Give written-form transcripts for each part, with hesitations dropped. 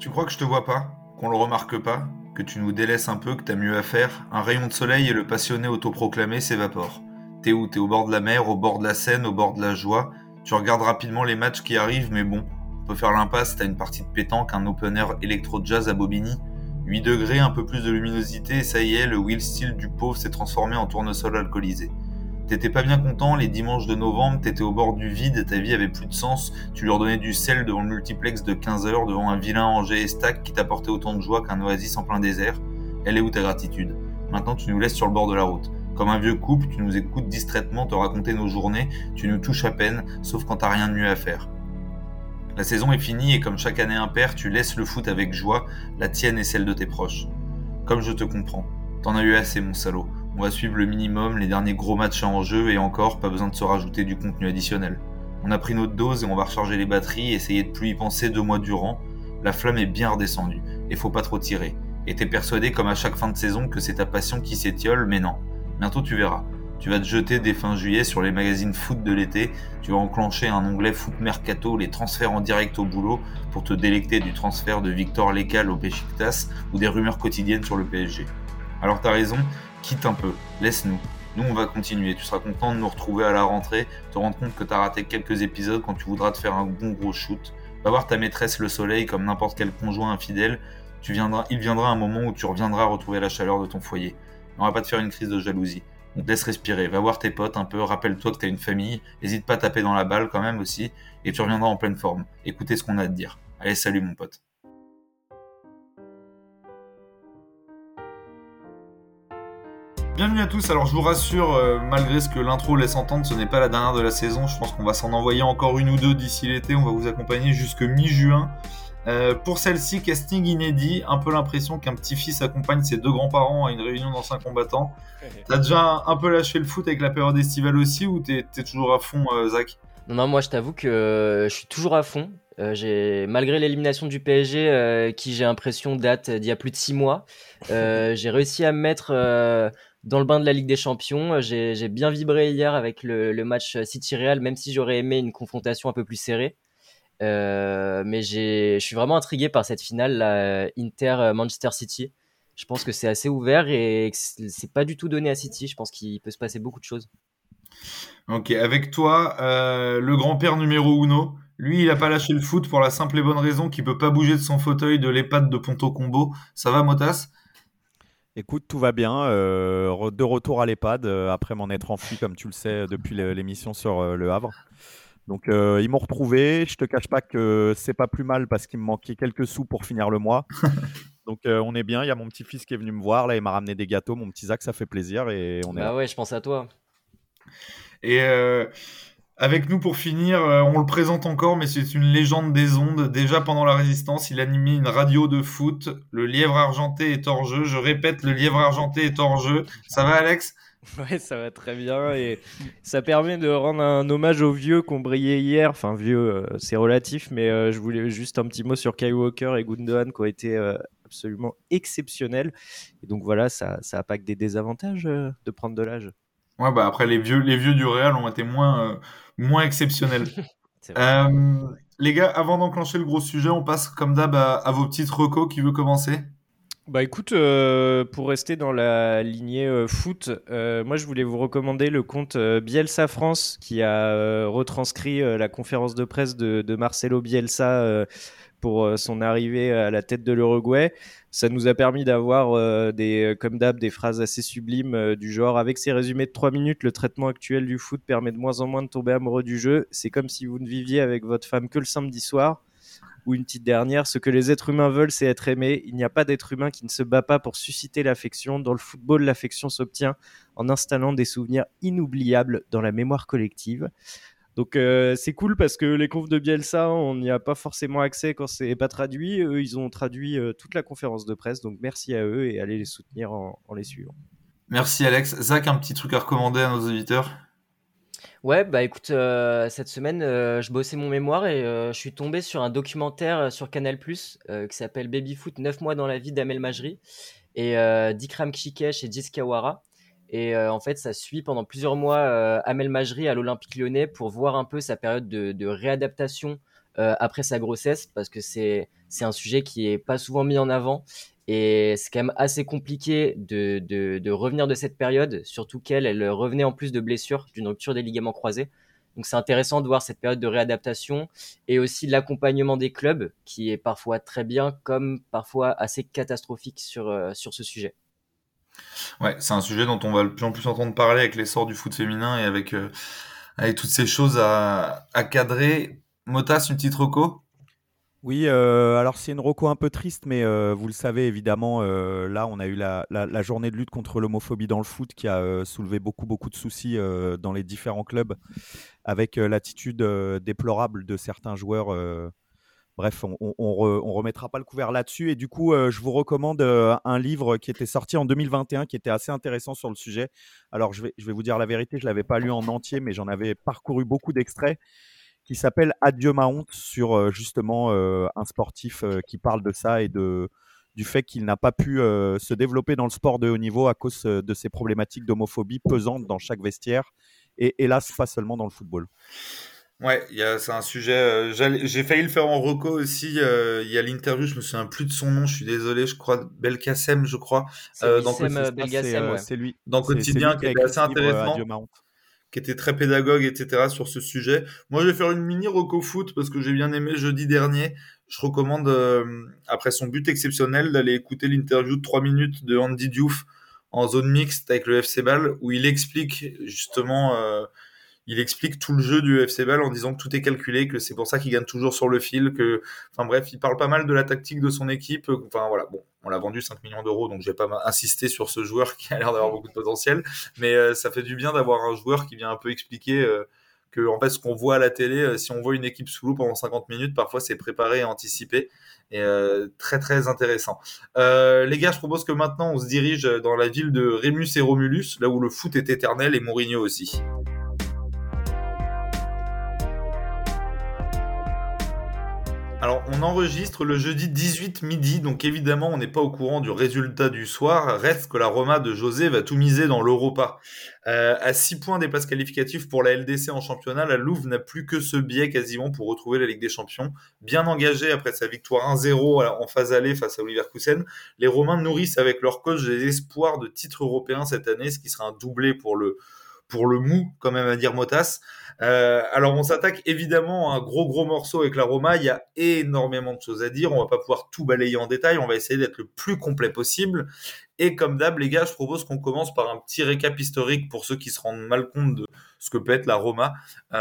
Tu crois que je te vois pas? Qu'on le remarque pas? Que tu nous délaisses un peu, que t'as mieux à faire? Un rayon de soleil et le passionné autoproclamé s'évapore. T'es où? T'es au bord de la mer, au bord de la Seine, au bord de la joie? Tu regardes rapidement les matchs qui arrivent, mais bon, on peut faire l'impasse, t'as une partie de pétanque, un open air électro-jazz à Bobigny. 8 degrés, un peu plus de luminosité, et ça y est, le wheel steel du pauvre s'est transformé en tournesol alcoolisé. T'étais pas bien content, les dimanches de novembre, t'étais au bord du vide, ta vie avait plus de sens, tu lui redonnais du sel devant le multiplex de 15 heures, devant un vilain Angers et Stack qui t'apportait autant de joie qu'un oasis en plein désert. Elle est où ta gratitude? Maintenant tu nous laisses sur le bord de la route. Comme un vieux couple, tu nous écoutes distraitement te raconter nos journées, tu nous touches à peine, sauf quand t'as rien de mieux à faire. La saison est finie et comme chaque année impaire, tu laisses le foot avec joie, la tienne et celle de tes proches. Comme je te comprends. T'en as eu assez, mon salaud. On va suivre le minimum, les derniers gros matchs en jeu et encore, pas besoin de se rajouter du contenu additionnel. On a pris notre dose et on va recharger les batteries, essayer de plus y penser 2 mois durant. La flamme est bien redescendue et faut pas trop tirer. Et t'es persuadé comme à chaque fin de saison que c'est ta passion qui s'étiole, mais non. Bientôt tu verras. Tu vas te jeter dès fin juillet sur les magazines foot de l'été, tu vas enclencher un onglet foot mercato, les transferts en direct au boulot pour te délecter du transfert de Victor Lekal au Beşiktaş ou des rumeurs quotidiennes sur le PSG. Alors t'as raison, quitte un peu, laisse-nous. Nous on va continuer, tu seras content de nous retrouver à la rentrée, te rendre compte que t'as raté quelques épisodes quand tu voudras te faire un bon gros shoot. Va voir ta maîtresse le soleil comme n'importe quel conjoint infidèle, il viendra un moment où tu reviendras retrouver la chaleur de ton foyer. On va pas te faire une crise de jalousie. On te laisse respirer, va voir tes potes un peu, rappelle-toi que t'as une famille, n'hésite pas à taper dans la balle quand même aussi, et tu reviendras en pleine forme. Écoutez ce qu'on a à te dire. Allez, salut mon pote. Bienvenue à tous, alors je vous rassure, malgré ce que l'intro laisse entendre, ce n'est pas la dernière de la saison, je pense qu'on va s'en envoyer encore une ou deux d'ici l'été, on va vous accompagner jusque mi-juin. Pour celle-ci, casting inédit, un peu l'impression qu'un petit-fils accompagne ses 2 grands-parents à une réunion d'anciens combattants. T'as déjà un peu lâché le foot avec la période estivale aussi ou t'es toujours à fond, Zach? Non, moi je t'avoue que je suis toujours à fond. Malgré l'élimination du PSG, qui j'ai l'impression date d'il y a plus de 6 mois, j'ai réussi à me mettre dans le bain de la Ligue des Champions. J'ai bien vibré hier avec le match City-Real, même si j'aurais aimé une confrontation un peu plus serrée. Mais je suis vraiment intrigué par cette finale là, Inter-Manchester City. Je pense que c'est assez ouvert et que c'est pas du tout donné à City. Je pense qu'il peut se passer beaucoup de choses. Ok, avec toi, le grand-père numéro uno. Lui, il a pas lâché le foot pour la simple et bonne raison qu'il peut pas bouger de son fauteuil de l'EHPAD de Ponto Combo. Ça va, Motas? Écoute, tout va bien. De retour à l'EHPAD après m'en être enfui, comme tu le sais, depuis l'émission sur Le Havre. Donc, ils m'ont retrouvé. Je te cache pas que c'est pas plus mal parce qu'il me manquait quelques sous pour finir le mois. Donc, on est bien. Il y a mon petit-fils qui est venu me voir. Là, il m'a ramené des gâteaux. Mon petit Zach, ça fait plaisir et on est là. Bah ouais, je pense à toi. Et avec nous pour finir, on le présente encore, mais c'est une légende des ondes. Déjà pendant la Résistance, il animait une radio de foot. Le lièvre argenté est hors jeu. Je répète, le lièvre argenté est hors jeu. Ça va, Alex? Ouais, ça va très bien et ça permet de rendre un hommage aux vieux qui ont brillé hier. Enfin, vieux, c'est relatif, mais je voulais juste un petit mot sur Kyle Walker et Gundogan qui ont été absolument exceptionnels. Et donc voilà, ça a pas que des désavantages de prendre de l'âge. Ouais, bah après les vieux du Real ont été moins exceptionnels. C'est vrai. Les gars, avant d'enclencher le gros sujet, on passe comme d'hab à vos petites recos. Qui veut commencer? Bah écoute, pour rester dans la lignée foot, moi je voulais vous recommander le compte Bielsa France qui a retranscrit la conférence de presse de Marcelo Bielsa pour son arrivée à la tête de l'Uruguay. Ça nous a permis d'avoir comme d'hab des phrases assez sublimes du genre avec ses résumés de 3 minutes, le traitement actuel du foot permet de moins en moins de tomber amoureux du jeu. C'est comme si vous ne viviez avec votre femme que le samedi soir. Ou une petite dernière, ce que les êtres humains veulent, c'est être aimés. Il n'y a pas d'être humain qui ne se bat pas pour susciter l'affection. Dans le football, l'affection s'obtient en installant des souvenirs inoubliables dans la mémoire collective. Donc c'est cool parce que les confs de Bielsa, on n'y a pas forcément accès quand c'est pas traduit. Eux, ils ont traduit toute la conférence de presse. Donc merci à eux et allez les soutenir en les suivant. Merci Alex. Zach, un petit truc à recommander à nos auditeurs? Ouais, bah écoute, cette semaine, je bossais mon mémoire et je suis tombé sur un documentaire sur Canal+, qui s'appelle Baby-foot 9 mois dans la vie d'Amel Majri et d'Ikram Chikesh et Jis Kawara. Et en fait, ça suit pendant plusieurs mois Amel Majri à l'Olympique Lyonnais pour voir un peu sa période de réadaptation après sa grossesse, parce que c'est un sujet qui est pas souvent mis en avant. Et c'est quand même assez compliqué de revenir de cette période, surtout elle revenait en plus de blessures, d'une rupture des ligaments croisés. Donc c'est intéressant de voir cette période de réadaptation et aussi l'accompagnement des clubs qui est parfois très bien comme parfois assez catastrophique sur ce sujet. Ouais, c'est un sujet dont on va de plus en plus entendre parler avec l'essor du foot féminin et avec toutes ces choses à cadrer. Motas, une petite reco? Oui, alors c'est une reco un peu triste, mais vous le savez évidemment, là on a eu la journée de lutte contre l'homophobie dans le foot qui a soulevé beaucoup de soucis dans les différents clubs avec l'attitude déplorable de certains joueurs. Bref, on remettra pas le couvert là-dessus. Et du coup, je vous recommande un livre qui était sorti en 2021, qui était assez intéressant sur le sujet. Alors, je vais vous dire la vérité, je l'avais pas lu en entier, mais j'en avais parcouru beaucoup d'extraits, qui s'appelle Adieu ma honte, sur justement un sportif qui parle de ça et du fait qu'il n'a pas pu se développer dans le sport de haut niveau à cause de ces problématiques d'homophobie pesantes dans chaque vestiaire. Et hélas, pas seulement dans le football. Ouais, c'est un sujet. J'ai failli le faire en reco aussi. Il y a l'interview, je me souviens plus de son nom, je suis désolé, je crois Belkacem, je crois, C'est dans, Wissem Belgacem, ouais. C'est lui. dans C'est lui Quotidien, qui qui a était écrit assez ce livre, intéressant, Adieu ma honte. qui était très pédagogue, etc. sur ce sujet. Moi, je vais faire une mini reco foot parce que j'ai bien aimé jeudi dernier. Je recommande, après son but exceptionnel, d'aller écouter l'interview de 3 minutes de Andy Diouf en zone mixte avec le FC Bâle, où il explique justement, il explique tout le jeu du FC Bâle en disant que tout est calculé, que c'est pour ça qu'il gagne toujours sur le fil, enfin bref, il parle pas mal de la tactique de son équipe. Enfin voilà, bon, on l'a vendu 5 millions d'euros, donc je vais pas insister sur ce joueur qui a l'air d'avoir beaucoup de potentiel, mais ça fait du bien d'avoir un joueur qui vient un peu expliquer que en fait ce qu'on voit à la télé, si on voit une équipe sous l'eau pendant 50 minutes, parfois c'est préparé et anticipé, et très très intéressant. Les gars, je propose que maintenant on se dirige dans la ville de Rémus et Romulus, là où le foot est éternel et Mourinho aussi. Alors, on enregistre le jeudi 18 midi, donc évidemment, on n'est pas au courant du résultat du soir. Reste que la Roma de José va tout miser dans l'Europa. À 6 points des places qualificatives pour la LDC en championnat, la Louve n'a plus que ce biais quasiment pour retrouver la Ligue des Champions. Bien engagée après sa victoire 1-0 en phase aller face à Leverkusen, les Romains nourrissent avec leur coach des espoirs de titre européen cette année, ce qui sera un doublé pour le mou, quand même à dire Motas. Alors on s'attaque évidemment à un gros morceau avec la Roma, il y a énormément de choses à dire, on va pas pouvoir tout balayer en détail, on va essayer d'être le plus complet possible, et comme d'hab les gars, je propose qu'on commence par un petit récap historique pour ceux qui se rendent mal compte de ce que peut être la Roma,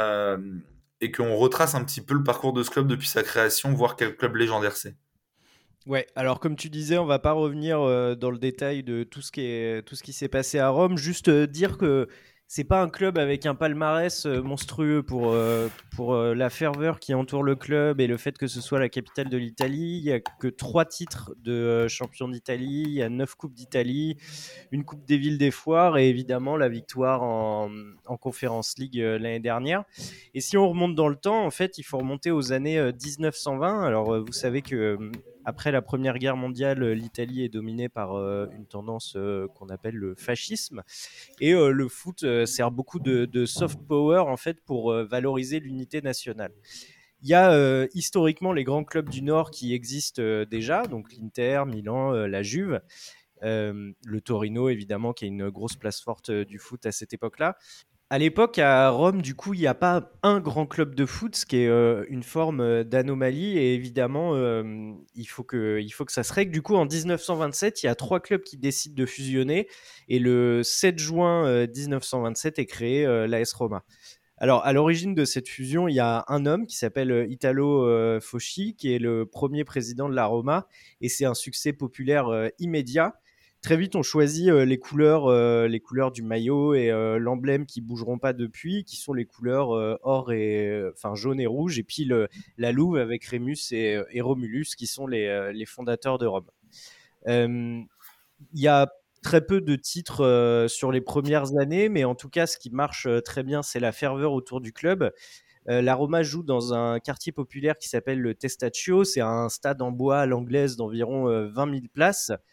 et qu'on retrace un petit peu le parcours de ce club depuis sa création, voir quel club légendaire c'est. Ouais, alors comme tu disais, on va pas revenir dans le détail de tout ce qui s'est passé à Rome, juste dire que c'est pas un club avec un palmarès monstrueux pour la ferveur qui entoure le club et le fait que ce soit la capitale de l'Italie. Il y a que 3 titres de champion d'Italie, il y a 9 coupes d'Italie, une coupe des villes des foires et évidemment la victoire en Conference League l'année dernière. Et si on remonte dans le temps, en fait, il faut remonter aux années 1920. Alors vous savez que après la Première Guerre mondiale, l'Italie est dominée par une tendance qu'on appelle le fascisme. Et le foot sert beaucoup de soft power en fait pour valoriser l'unité nationale. Il y a historiquement les grands clubs du Nord qui existent déjà, donc l'Inter, Milan, la Juve. Le Torino, évidemment, qui a une grosse place forte du foot à cette époque-là. À l'époque, à Rome, du coup, il n'y a pas un grand club de foot, ce qui est une forme d'anomalie. Et évidemment, il faut que ça se règle. Du coup, en 1927, il y a 3 clubs qui décident de fusionner. Et le 7 juin 1927 est créé l'AS Roma. Alors, à l'origine de cette fusion, il y a un homme qui s'appelle Italo Foschi, qui est le premier président de la Roma. Et c'est un succès populaire immédiat. Très vite, on choisit les couleurs du maillot et l'emblème qui bougeront pas depuis, qui sont les couleurs jaune et rouge, et puis la louve avec Rémus et Romulus, qui sont les fondateurs de Rome. Il y a très peu de titres sur les premières années, mais en tout cas, ce qui marche très bien, c'est la ferveur autour du club. La Roma joue dans un quartier populaire qui s'appelle le Testaccio. C'est un stade en bois à l'anglaise d'environ 20 000 places.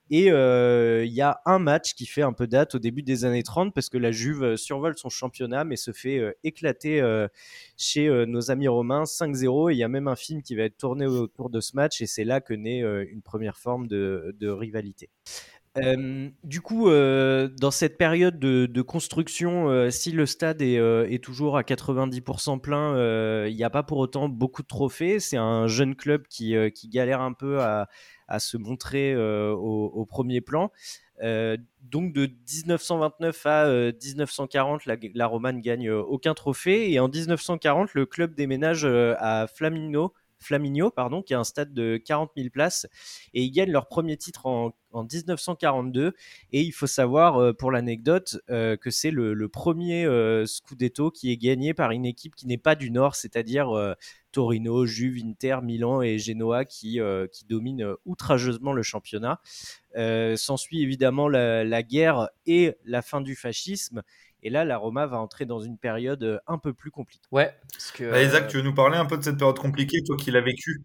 Et il y a un match qui fait un peu date au début des années 30 parce que la Juve survole son championnat mais se fait éclater chez nos amis romains 5-0. Et il y a même un film qui va être tourné autour de ce match et c'est là que naît une première forme de rivalité. Du coup, dans cette période de construction, si le stade est toujours à 90% plein, il n'y a pas pour autant beaucoup de trophées. C'est un jeune club qui galère un peu à se montrer au premier plan. Donc de 1929 à 1940, la Roma ne gagne aucun trophée. Et en 1940, le club déménage à Flaminio, pardon, qui a un stade de 40 000 places. Et ils gagnent leur premier titre en 1942. Et il faut savoir, pour l'anecdote, que c'est le premier Scudetto qui est gagné par une équipe qui n'est pas du Nord, c'est-à-dire Torino, Juve, Inter, Milan et Genoa qui dominent outrageusement le championnat. S'ensuit évidemment la guerre et la fin du fascisme. Et là, la Roma va entrer dans une période un peu plus compliquée. Ouais, parce que Bah, Isaac, tu veux nous parler un peu de cette période compliquée, toi qui l'as vécue?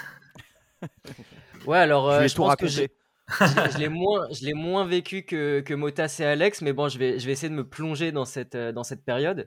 ouais, alors Je lui ai je tout pense que raconté. je l'ai moins vécu que Motas et Alex, mais bon, je vais essayer de me plonger dans cette période.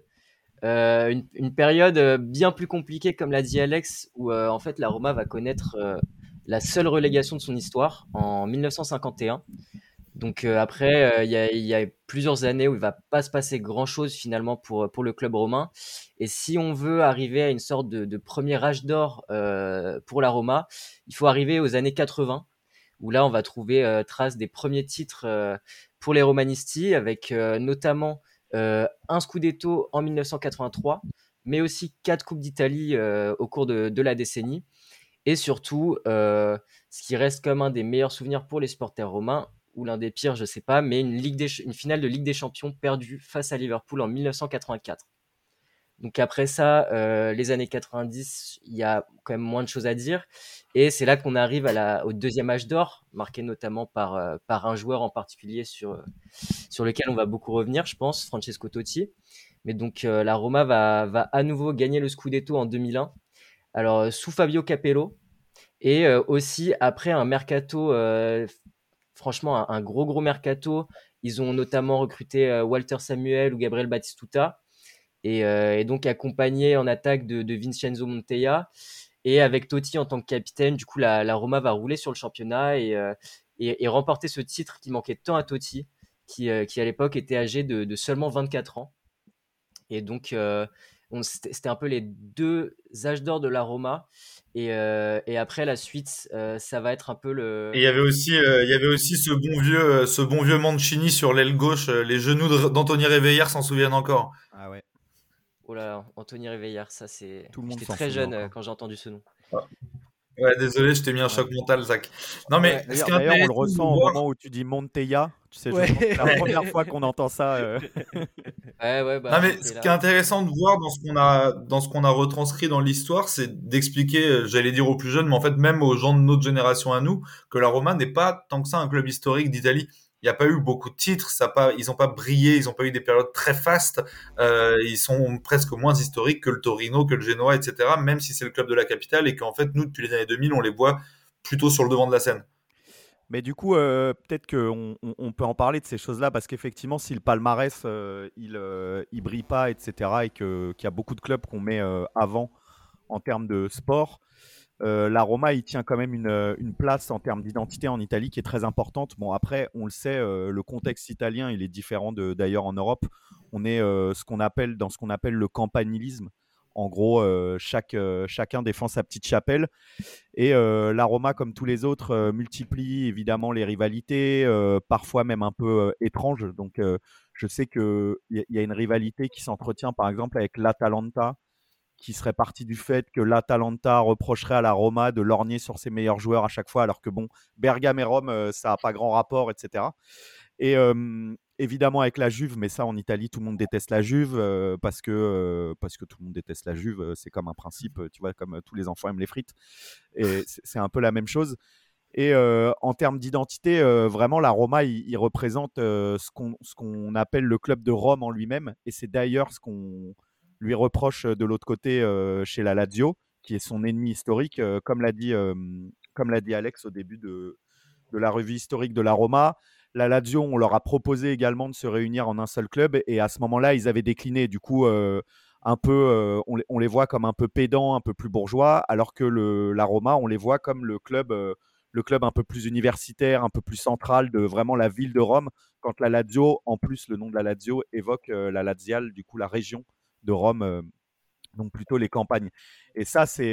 Une période bien plus compliquée, comme l'a dit Alex, où en fait la Roma va connaître la seule relégation de son histoire en 1951. Donc après, il y a plusieurs années où il va pas se passer grand-chose finalement pour le club romain. Et si on veut arriver à une sorte de premier âge d'or pour la Roma, il faut arriver aux années 80, où là on va trouver trace des premiers titres pour les Romanisti, avec notamment un Scudetto en 1983, mais aussi 4 Coupes d'Italie au cours de la décennie. Et surtout, ce qui reste comme un des meilleurs souvenirs pour les supporters romains, ou l'un des pires, je sais pas, mais une finale de Ligue des Champions perdue face à Liverpool en 1984. Donc après ça, les années 90, il y a quand même moins de choses à dire. Et c'est là qu'on arrive au deuxième âge d'or, marqué notamment par un joueur en particulier sur lequel on va beaucoup revenir, je pense, Francesco Totti. Mais donc la Roma va à nouveau gagner le Scudetto en 2001. Alors sous Fabio Capello, et aussi après un mercato, franchement un gros mercato. Ils ont notamment recruté Walter Samuel ou Gabriel Batistuta, et donc accompagné en attaque de Vincenzo Montella. Et avec Totti en tant que capitaine, du coup la Roma va rouler sur le championnat et remporter ce titre qui manquait tant à Totti, qui à l'époque était âgé de seulement 24 ans. Et donc, c'était un peu les deux âges d'or de la Roma. Et après, la suite, ça va être un peu Et le. il y avait aussi ce bon vieux Mancini sur l'aile gauche. Les genoux d'Anthony Réveillère s'en souviennent encore. Ah ouais, Oh là, Anthony Réveillère, ça c'est. tout le monde J'étais s'en très souvient jeune encore. quand j'ai entendu ce nom. Ouais, désolé, je t'ai mis un Ouais. choc mental, Zach. Non, mais Ouais, ce qui est D'ailleurs, on le intéressant ressent de au voir, moment où tu dis Monteya. Tu sais, je Ouais. pense que c'est la première fois qu'on entend ça. ouais, non, bah, mais ce qui est Montella. intéressant de voir dans ce qu'on a retranscrit dans l'histoire, c'est d'expliquer, j'allais dire aux plus jeunes, mais en fait même aux gens de notre génération à nous, que la Roma n'est pas tant que ça un club historique d'Italie. Il n'y a pas eu beaucoup de titres, ils n'ont pas brillé, ils n'ont pas eu des périodes très fastes. Ils sont presque moins historiques que le Torino, que le Genoa, etc. Même si c'est le club de la capitale et qu'en fait nous depuis les années 2000, on les voit plutôt sur le devant de la scène. Mais du coup, peut-être qu'on peut en parler de ces choses-là parce qu'effectivement, si le palmarès, il brille pas, etc., et qu'il y a beaucoup de clubs qu'on met avant en termes de sport, la Roma, il tient quand même une place en termes d'identité en Italie qui est très importante. Bon, après, on le sait, le contexte italien, il est différent d'ailleurs en Europe. On est dans ce qu'on appelle le campanilisme. En gros, chacun défend sa petite chapelle. Et la Roma, comme tous les autres, multiplie évidemment les rivalités, parfois même un peu étranges. Donc, je sais qu'il y a une rivalité qui s'entretient, par exemple, avec l'Atalanta, qui serait partie du fait que l'Atalanta reprocherait à la Roma de lorgner sur ses meilleurs joueurs à chaque fois, alors que bon, Bergame et Rome, ça n'a pas grand rapport, etc. Et évidemment avec la Juve, mais ça en Italie, tout le monde déteste la Juve parce que tout le monde déteste la Juve, c'est comme un principe, tu vois, comme tous les enfants aiment les frites. Et c'est un peu la même chose. Et en termes d'identité, vraiment, la Roma, il représente ce qu'on appelle le club de Rome en lui-même. Et c'est d'ailleurs ce qu'on lui reproche de l'autre côté chez la Lazio, qui est son ennemi historique, comme l'a dit Alex au début de la revue historique de la Roma. La Lazio, on leur a proposé également de se réunir en un seul club et à ce moment-là, ils avaient décliné. Du coup, on les voit comme un peu pédants, un peu plus bourgeois, alors que la Roma, on les voit comme le club un peu plus universitaire, un peu plus central de vraiment la ville de Rome. Quand la Lazio, en plus, le nom de la Lazio évoque la Laziale, du coup la région de Rome, donc plutôt les campagnes. Et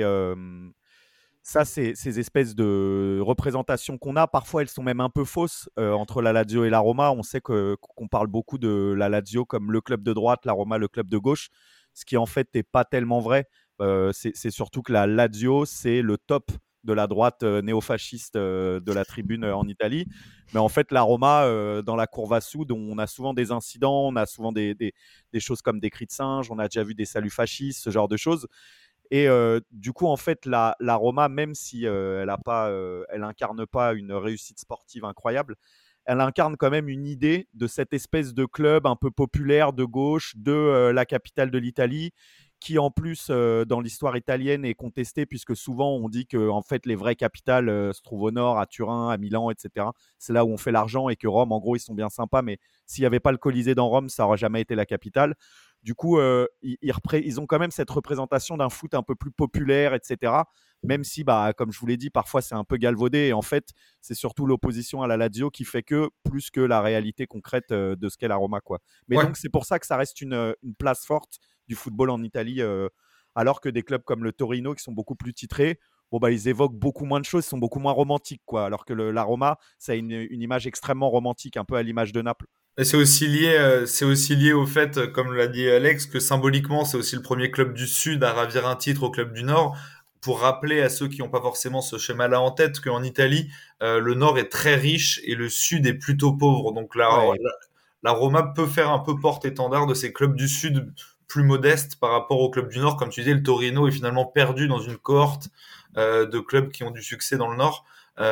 ça, c'est ces espèces de représentations qu'on a. Parfois, elles sont même un peu fausses entre la Lazio et la Roma. On sait qu'on parle beaucoup de la Lazio comme le club de droite, la Roma le club de gauche, ce qui en fait n'est pas tellement vrai. C'est surtout que la Lazio, c'est le top de la droite néofasciste de la tribune en Italie. Mais en fait, la Roma, dans la Curva Sud, on a souvent des incidents, on a souvent des choses comme des cris de singe, on a déjà vu des saluts fascistes, ce genre de choses. Et du coup, en fait, la Roma, même si elle incarne pas une réussite sportive incroyable, elle incarne quand même une idée de cette espèce de club un peu populaire de gauche de la capitale de l'Italie, qui en plus, dans l'histoire italienne, est contestée, puisque souvent on dit que en fait, les vraies capitales se trouvent au nord, à Turin, à Milan, etc. C'est là où on fait l'argent et que Rome, en gros, ils sont bien sympas, mais s'il n'y avait pas le Colisée dans Rome, ça n'aurait jamais été la capitale. Du coup, ils ont quand même cette représentation d'un foot un peu plus populaire, etc. Même si, bah, comme je vous l'ai dit, parfois c'est un peu galvaudé. Et en fait, c'est surtout l'opposition à la Lazio qui fait que plus que la réalité concrète de ce qu'est la Roma, quoi. Mais Ouais. donc, c'est pour ça que ça reste une place forte du football en Italie, alors que des clubs comme le Torino, qui sont beaucoup plus titrés, bon, bah, ils évoquent beaucoup moins de choses, ils sont beaucoup moins romantiques, quoi. Alors que la Roma, ça a une image extrêmement romantique, un peu à l'image de Naples. Et c'est aussi lié au fait, comme l'a dit Alex, que symboliquement, c'est aussi le premier club du Sud à ravir un titre au club du Nord. Pour rappeler à ceux qui n'ont pas forcément ce schéma-là en tête qu'en Italie, le Nord est très riche et le Sud est plutôt pauvre. Donc Ouais, la Roma peut faire un peu porte-étendard de ces clubs du Sud plus modestes par rapport aux clubs du Nord. Comme tu disais, le Torino est finalement perdu dans une cohorte de clubs qui ont du succès dans le Nord.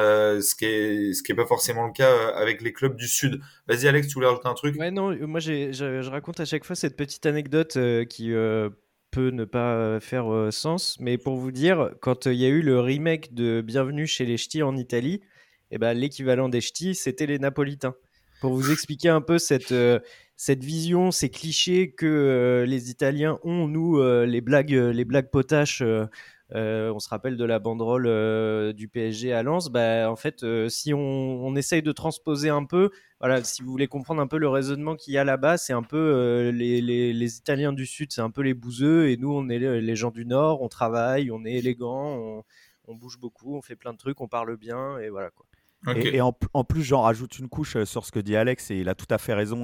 Ce qui est pas forcément le cas avec les clubs du Sud. Vas-y Alex, tu voulais rajouter un truc? Ouais, non, moi je raconte à chaque fois cette petite anecdote qui peut ne pas faire sens, mais pour vous dire, quand il y a eu le remake de Bienvenue chez les Ch'tis en Italie, eh ben, l'équivalent des Ch'tis, c'était les Napolitains. Pour vous expliquer un peu cette vision, ces clichés que les Italiens ont, nous, les blagues potaches. On se rappelle de la banderole du PSG à Lens. Bah, en fait, si on essaye de transposer un peu, voilà, si vous voulez comprendre un peu le raisonnement qu'il y a là-bas, c'est un peu les Italiens du Sud, c'est un peu les bouseux, et nous, on est les gens du Nord, on travaille, on est élégant, on bouge beaucoup, on fait plein de trucs, on parle bien, et voilà quoi. Ok. et en plus, j'en rajoute une couche sur ce que dit Alex, et il a tout à fait raison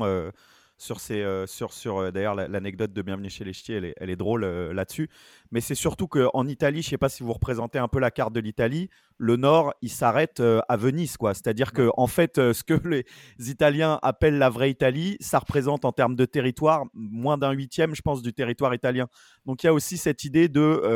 d'ailleurs, l'anecdote de Bienvenue chez les Ch'tis, elle est drôle là-dessus. Mais c'est surtout qu'en Italie, je ne sais pas si vous représentez un peu la carte de l'Italie, le nord, il s'arrête à Venise, quoi. C'est-à-dire que en fait, ce que les Italiens appellent la vraie Italie, ça représente en termes de territoire moins d'un huitième, je pense, du territoire italien. Donc il y a aussi cette idée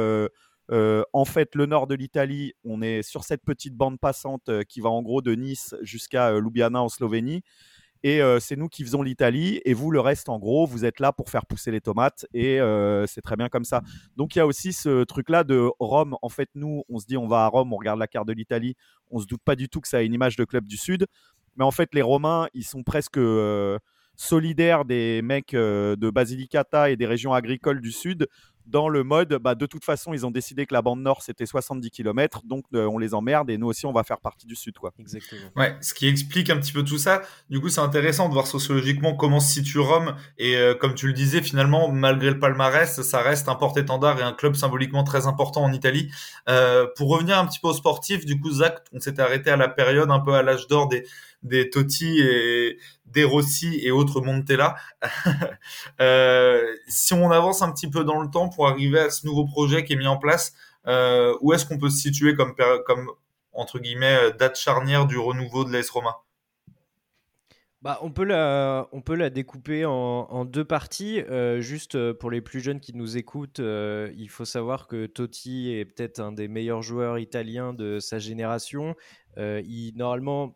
en fait, le nord de l'Italie, on est sur cette petite bande passante qui va en gros de Nice jusqu'à Ljubljana en Slovénie. Et c'est nous qui faisons l'Italie. Et vous, le reste, en gros, vous êtes là pour faire pousser les tomates. Et c'est très bien comme ça. Donc, il y a aussi ce truc-là de Rome. En fait, nous, on se dit, on va à Rome, on regarde la carte de l'Italie. On se doute pas du tout que ça a une image de club du Sud. Mais en fait, les Romains, ils sont presque solidaires des mecs de Basilicata et des régions agricoles du Sud, dans le mode, bah, de toute façon, ils ont décidé que la bande nord, c'était 70 km, donc on les emmerde, et nous aussi, on va faire partie du Sud, quoi. Exactement. Ouais, ce qui explique un petit peu tout ça. Du coup, c'est intéressant de voir sociologiquement comment se situe Rome. Et comme tu le disais, finalement, malgré le palmarès, ça reste un porte-étendard et un club symboliquement très important en Italie. Pour revenir un petit peu au sportif, du coup, Zach, on s'était arrêté à la période, un peu à l'âge d'or des Totti et des Rossi et autres Montella. Si on avance un petit peu dans le temps pour arriver à ce nouveau projet qui est mis en place, où est-ce qu'on peut se situer comme entre guillemets, date charnière du renouveau de l'AS Roma? Bah, on peut la découper en deux parties. Juste pour les plus jeunes qui nous écoutent, il faut savoir que Totti est peut-être un des meilleurs joueurs italiens de sa génération. Normalement,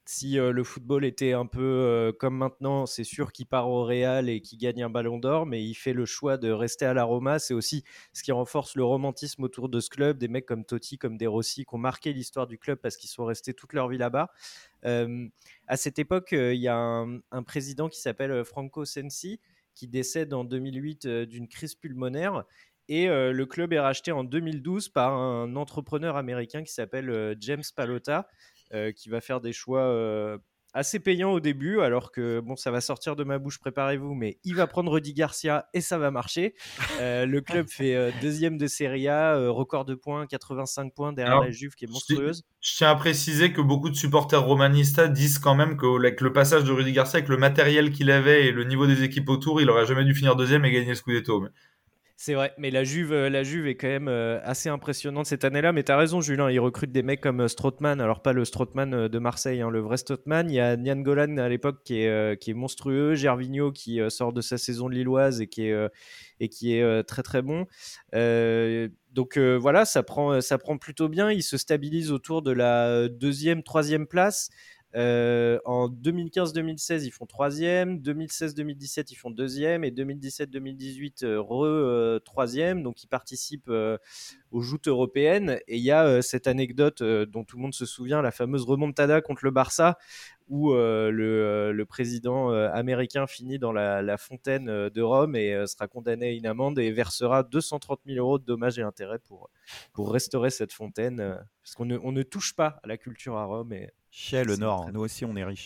si le football était un peu comme maintenant, c'est sûr qu'il part au Real et qu'il gagne un ballon d'or, mais il fait le choix de rester à la Roma. C'est aussi ce qui renforce le romantisme autour de ce club, des mecs comme Totti, comme De Rossi, qui ont marqué l'histoire du club parce qu'ils sont restés toute leur vie là-bas. À cette époque, il y a un président qui s'appelle Franco Sensi, qui décède en 2008 d'une crise pulmonaire. Et le club est racheté en 2012 par un entrepreneur américain qui s'appelle James Pallotta, qui va faire des choix assez payants au début, alors que bon, ça va sortir de ma bouche, préparez-vous, mais il va prendre Rudy Garcia et ça va marcher. Le club fait deuxième de Serie A, record de points, 85 points derrière Alors, la Juve qui est monstrueuse. je tiens à préciser que beaucoup de supporters romanistas disent quand même qu'avec le passage de Rudy Garcia, avec le matériel qu'il avait et le niveau des équipes autour, il aurait jamais dû finir deuxième et gagner le Scudetto. Mais... C'est vrai, mais la Juve est quand même assez impressionnante cette année-là. Mais tu as raison, Julien, ils recrutent des mecs comme Strootman. Alors, pas le Strootman de Marseille, hein, le vrai Strootman. Il y a Nian Golan à l'époque qui est monstrueux. Gervinho qui sort de sa saison de lilloise et qui est très très bon. Donc voilà, ça prend plutôt bien. Ils se stabilisent autour de la deuxième, troisième place. En 2015-2016, ils font troisième. 2016-2017, ils font deuxième. Et 2017-2018, troisième. Donc, ils participent aux joutes européennes. Et il y a cette anecdote dont tout le monde se souvient, la fameuse remontada contre le Barça, où le président américain finit dans la fontaine de Rome et sera condamné à une amende et versera 230 000 euros de dommages et intérêts pour restaurer cette fontaine. Parce qu'on ne touche pas à la culture à Rome. Chez le Nord, nous aussi on est riches.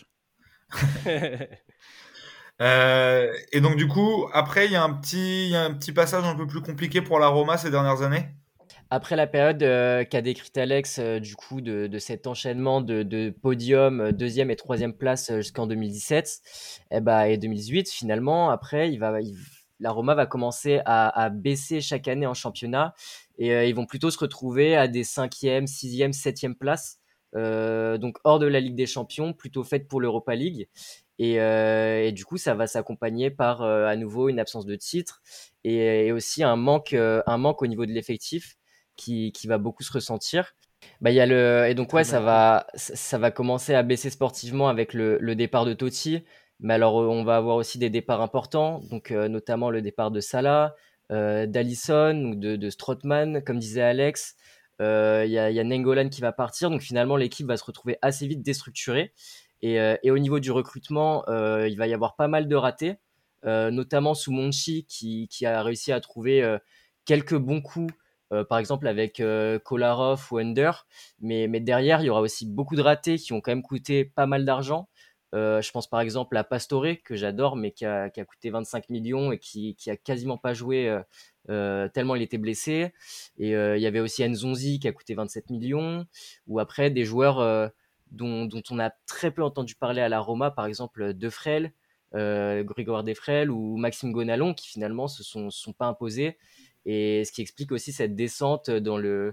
Et donc du coup, après, il y a un petit passage un peu plus compliqué pour la Roma ces dernières années. Après la période qu'a décrite Alex, du coup, de cet enchaînement de podium, deuxième et troisième place jusqu'en 2017 et 2018, finalement, après, la Roma va commencer à baisser chaque année en championnat et ils vont plutôt se retrouver à des cinquième, sixième, septième places, donc hors de la Ligue des Champions, plutôt faite pour l'Europa League. Et du coup, ça va s'accompagner par à nouveau une absence de titre et aussi un manque au niveau de l'effectif qui va beaucoup se ressentir. Il y a et donc ouais, ça va commencer à baisser sportivement avec le départ de Totti, mais alors on va avoir aussi des départs importants, donc notamment le départ de Salah, d'Alisson ou de Strootman, comme disait Alex. Il y a Nainggolan qui va partir, donc finalement l'équipe va se retrouver assez vite déstructurée. Et au niveau du recrutement, il va y avoir pas mal de ratés, notamment sous Monchi qui a réussi à trouver quelques bons coups, par exemple avec Kolarov ou Under, mais derrière il y aura aussi beaucoup de ratés qui ont quand même coûté pas mal d'argent. Je pense par exemple à Pastore que j'adore mais qui a coûté 25 millions et qui a quasiment pas joué tellement il était blessé. Et il y avait aussi Nzonzi qui a coûté 27 millions, ou après des joueurs dont on a très peu entendu parler à la Roma, par exemple Defrel, Grégoire Defrel ou Maxime Gonalon, qui finalement se sont pas imposés, et ce qui explique aussi cette descente dans le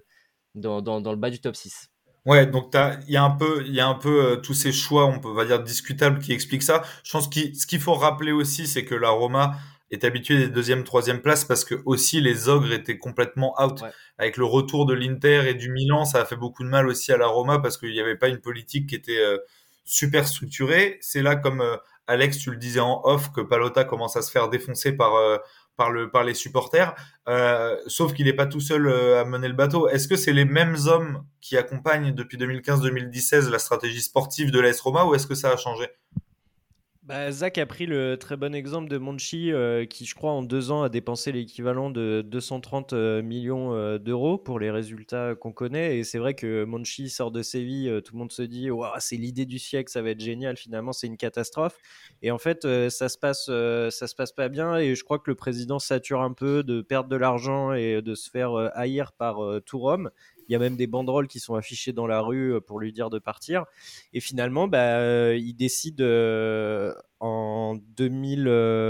bas du top 6. Ouais, donc il y a un peu tous ces choix, on va dire discutables, qui expliquent ça. Je pense que ce qu'il faut rappeler aussi, c'est que la Roma est habituée des deuxième, troisième places parce que aussi les ogres étaient complètement out. Ouais. Avec le retour de l'Inter et du Milan, ça a fait beaucoup de mal aussi à la Roma parce qu'il n'y avait pas une politique qui était super structurée. C'est là, comme Alex, tu le disais en off, que Pallotta commence à se faire défoncer par les supporters. Sauf qu'il n'est pas tout seul à mener le bateau. Est-ce que c'est les mêmes hommes qui accompagnent depuis 2015-2016 la stratégie sportive de l'AS Roma ou est-ce que ça a changé? Zach a pris le très bon exemple de Monchi, qui, je crois, en 2 ans a dépensé l'équivalent de 230 millions d'euros pour les résultats qu'on connaît. Et c'est vrai que Monchi sort de Séville, tout le monde se dit wow, c'est l'idée du siècle, ça va être génial. Finalement, c'est une catastrophe. Et en fait, ça se passe pas bien. Et je crois que le président sature un peu de perdre de l'argent et de se faire haïr par tout Rome. Il y a même des banderoles qui sont affichées dans la rue pour lui dire de partir. Et finalement, il décide en 2000,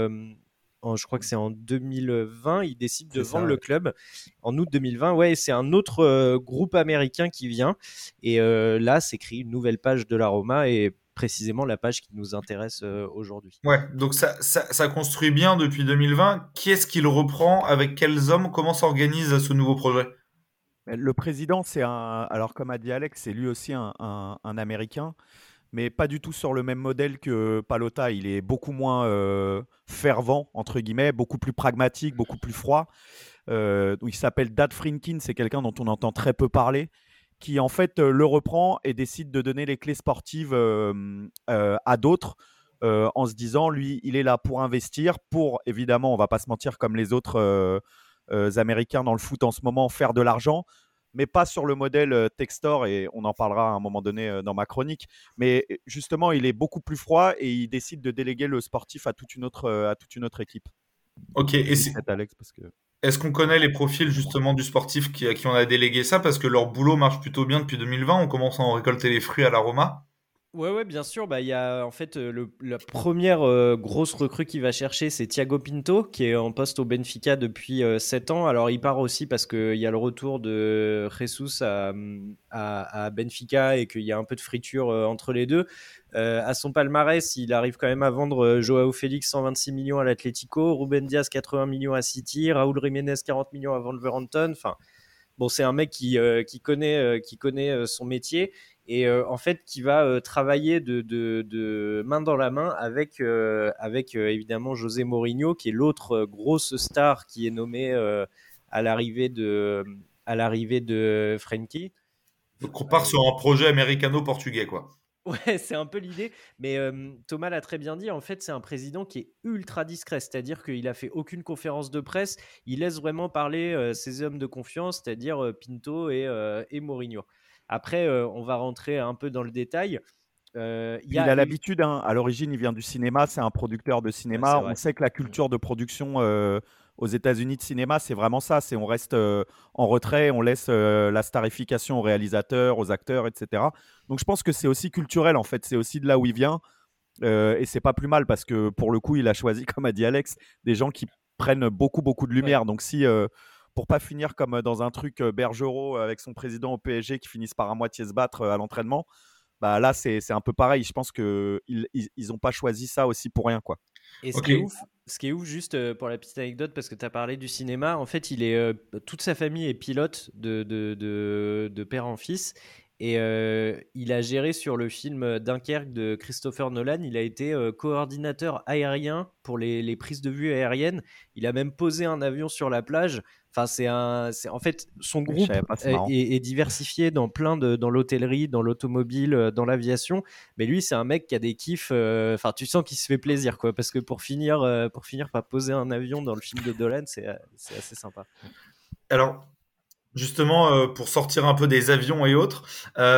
je crois que c'est en 2020, il décide de vendre le club. En août 2020, ouais, c'est un autre groupe américain qui vient. Et là, s'écrit une nouvelle page de la Roma et précisément la page qui nous intéresse aujourd'hui. Ouais, donc ça construit bien depuis 2020. Qui est-ce qui le reprend? Avec quels hommes? Comment s'organise ce nouveau projet? Le président, alors comme a dit Alex, c'est lui aussi un Américain. mais pas du tout sur le même modèle que Palota. Il est beaucoup moins fervent, entre guillemets, beaucoup plus pragmatique, beaucoup plus froid. Il s'appelle Dad Frinkin, c'est quelqu'un dont on entend très peu parler, qui en fait le reprend et décide de donner les clés sportives à d'autres, en se disant, lui, il est là pour investir, pour, évidemment, on va pas se mentir, comme les autres Américains dans le foot en ce moment, faire de l'argent, mais pas sur le modèle Textor, et on en parlera à un moment donné dans ma chronique. Mais justement, il est beaucoup plus froid et il décide de déléguer le sportif à toute une autre équipe. Ok, et c'est... Alex, parce que... Est-ce qu'on connaît les profils justement du sportif à qui on a délégué ça? Parce que leur boulot marche plutôt bien depuis 2020, on commence à en récolter les fruits à la Roma. Ouais, bien sûr. Bah, il y a en fait la première grosse recrue qu'il va chercher, c'est Thiago Pinto, qui est en poste au Benfica depuis 7 ans. Alors, il part aussi parce qu'il y a le retour de Jesus à Benfica et qu'il y a un peu de friture entre les deux. À son palmarès, il arrive quand même à vendre Joao Félix 126 millions à l'Atlético, Ruben Dias 80 millions à City, Raúl Jiménez 40 millions à Wolverhampton. Enfin, bon, c'est un mec qui connaît son métier et en fait qui va travailler de main dans la main avec évidemment José Mourinho, qui est l'autre grosse star qui est nommée à l'arrivée de Frenkie. Donc on part sur un projet américano-portugais, quoi. Ouais, c'est un peu l'idée. Mais Thomas l'a très bien dit. En fait, c'est un président qui est ultra discret. C'est-à-dire qu'il a fait aucune conférence de presse. Il laisse vraiment parler ses hommes de confiance, c'est-à-dire Pinto et Mourinho. Après, on va rentrer un peu dans le détail. Il a l'habitude, hein. À l'origine, il vient du cinéma, c'est un producteur de cinéma. Ouais, on sait que la culture de production aux États-Unis de cinéma, c'est vraiment ça. C'est on reste en retrait, on laisse la starification aux réalisateurs, aux acteurs, etc. Donc je pense que c'est aussi culturel, en fait. C'est aussi de là où il vient. Et c'est pas plus mal parce que pour le coup, il a choisi, comme a dit Alex, des gens qui prennent beaucoup, beaucoup de lumière. Ouais. Donc si, pour pas finir comme dans un truc Bergerot avec son président au PSG qui finissent par à moitié se battre à l'entraînement, bah là c'est un peu pareil. Je pense qu'ils ils ont pas choisi ça aussi pour rien, quoi. Et Ok. ce qui est ouf, juste pour la petite anecdote, parce que tu as parlé du cinéma, en fait, toute sa famille est pilote de père en fils. Et il a géré sur le film Dunkerque de Christopher Nolan. Il a été coordinateur aérien pour les prises de vue aériennes. Il a même posé un avion sur la plage. Enfin, en fait, son Je groupe savais pas, c'est marrant. est diversifié dans dans l'hôtellerie, dans l'automobile, dans l'aviation. Mais lui, c'est un mec qui a des kiffs. Enfin, tu sens qu'il se fait plaisir, quoi. Parce que pour finir par poser un avion dans le film de Dolan, c'est assez sympa. Alors, justement, pour sortir un peu des avions et autres,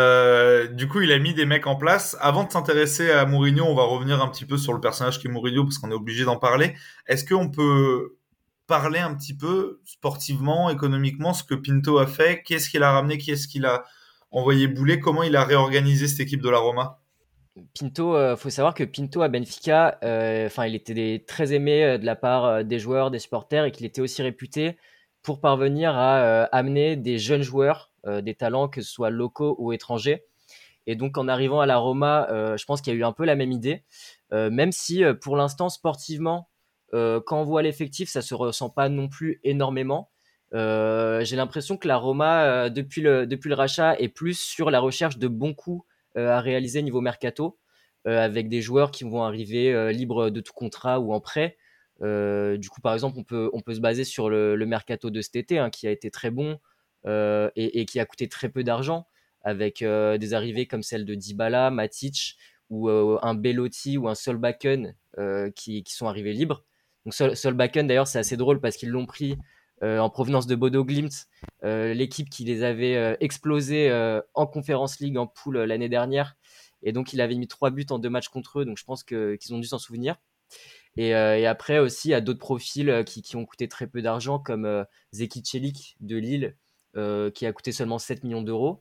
du coup, il a mis des mecs en place. Avant de s'intéresser à Mourinho, on va revenir un petit peu sur le personnage qui est Mourinho, parce qu'on est obligé d'en parler. Est-ce qu'on peut parler un petit peu sportivement, économiquement, ce que Pinto a fait? Qui est-ce qu'il a ramené? Qui est-ce qu'il a envoyé bouler? Comment il a réorganisé cette équipe de la Roma? Pinto, faut savoir que Pinto à Benfica, il était très aimé de la part des joueurs, des supporters, et qu'il était aussi réputé pour parvenir à amener des jeunes joueurs, des talents, que ce soit locaux ou étrangers. Et donc en arrivant à la Roma, je pense qu'il y a eu un peu la même idée, même si pour l'instant sportivement, quand on voit l'effectif, ça se ressent pas non plus énormément. J'ai l'impression que la Roma, depuis le rachat, est plus sur la recherche de bons coups à réaliser niveau mercato, avec des joueurs qui vont arriver libres de tout contrat ou en prêt. Du coup, par exemple, on peut se baser sur le mercato de cet été, hein, qui a été très bon et qui a coûté très peu d'argent, avec des arrivées comme celle de Dybala, Matic ou un Belotti ou un Solbakken qui sont arrivés libres. Donc Solbakken, d'ailleurs, c'est assez drôle parce qu'ils l'ont pris en provenance de Bodo Glimt, l'équipe qui les avait explosés en Conference League en poule l'année dernière. Et donc, il avait mis 3 buts en 2 matchs contre eux. Donc, je pense qu'ils ont dû s'en souvenir. Et après aussi, il y a d'autres profils qui ont coûté très peu d'argent, comme Zeki Çelik de Lille, qui a coûté seulement 7 millions d'euros,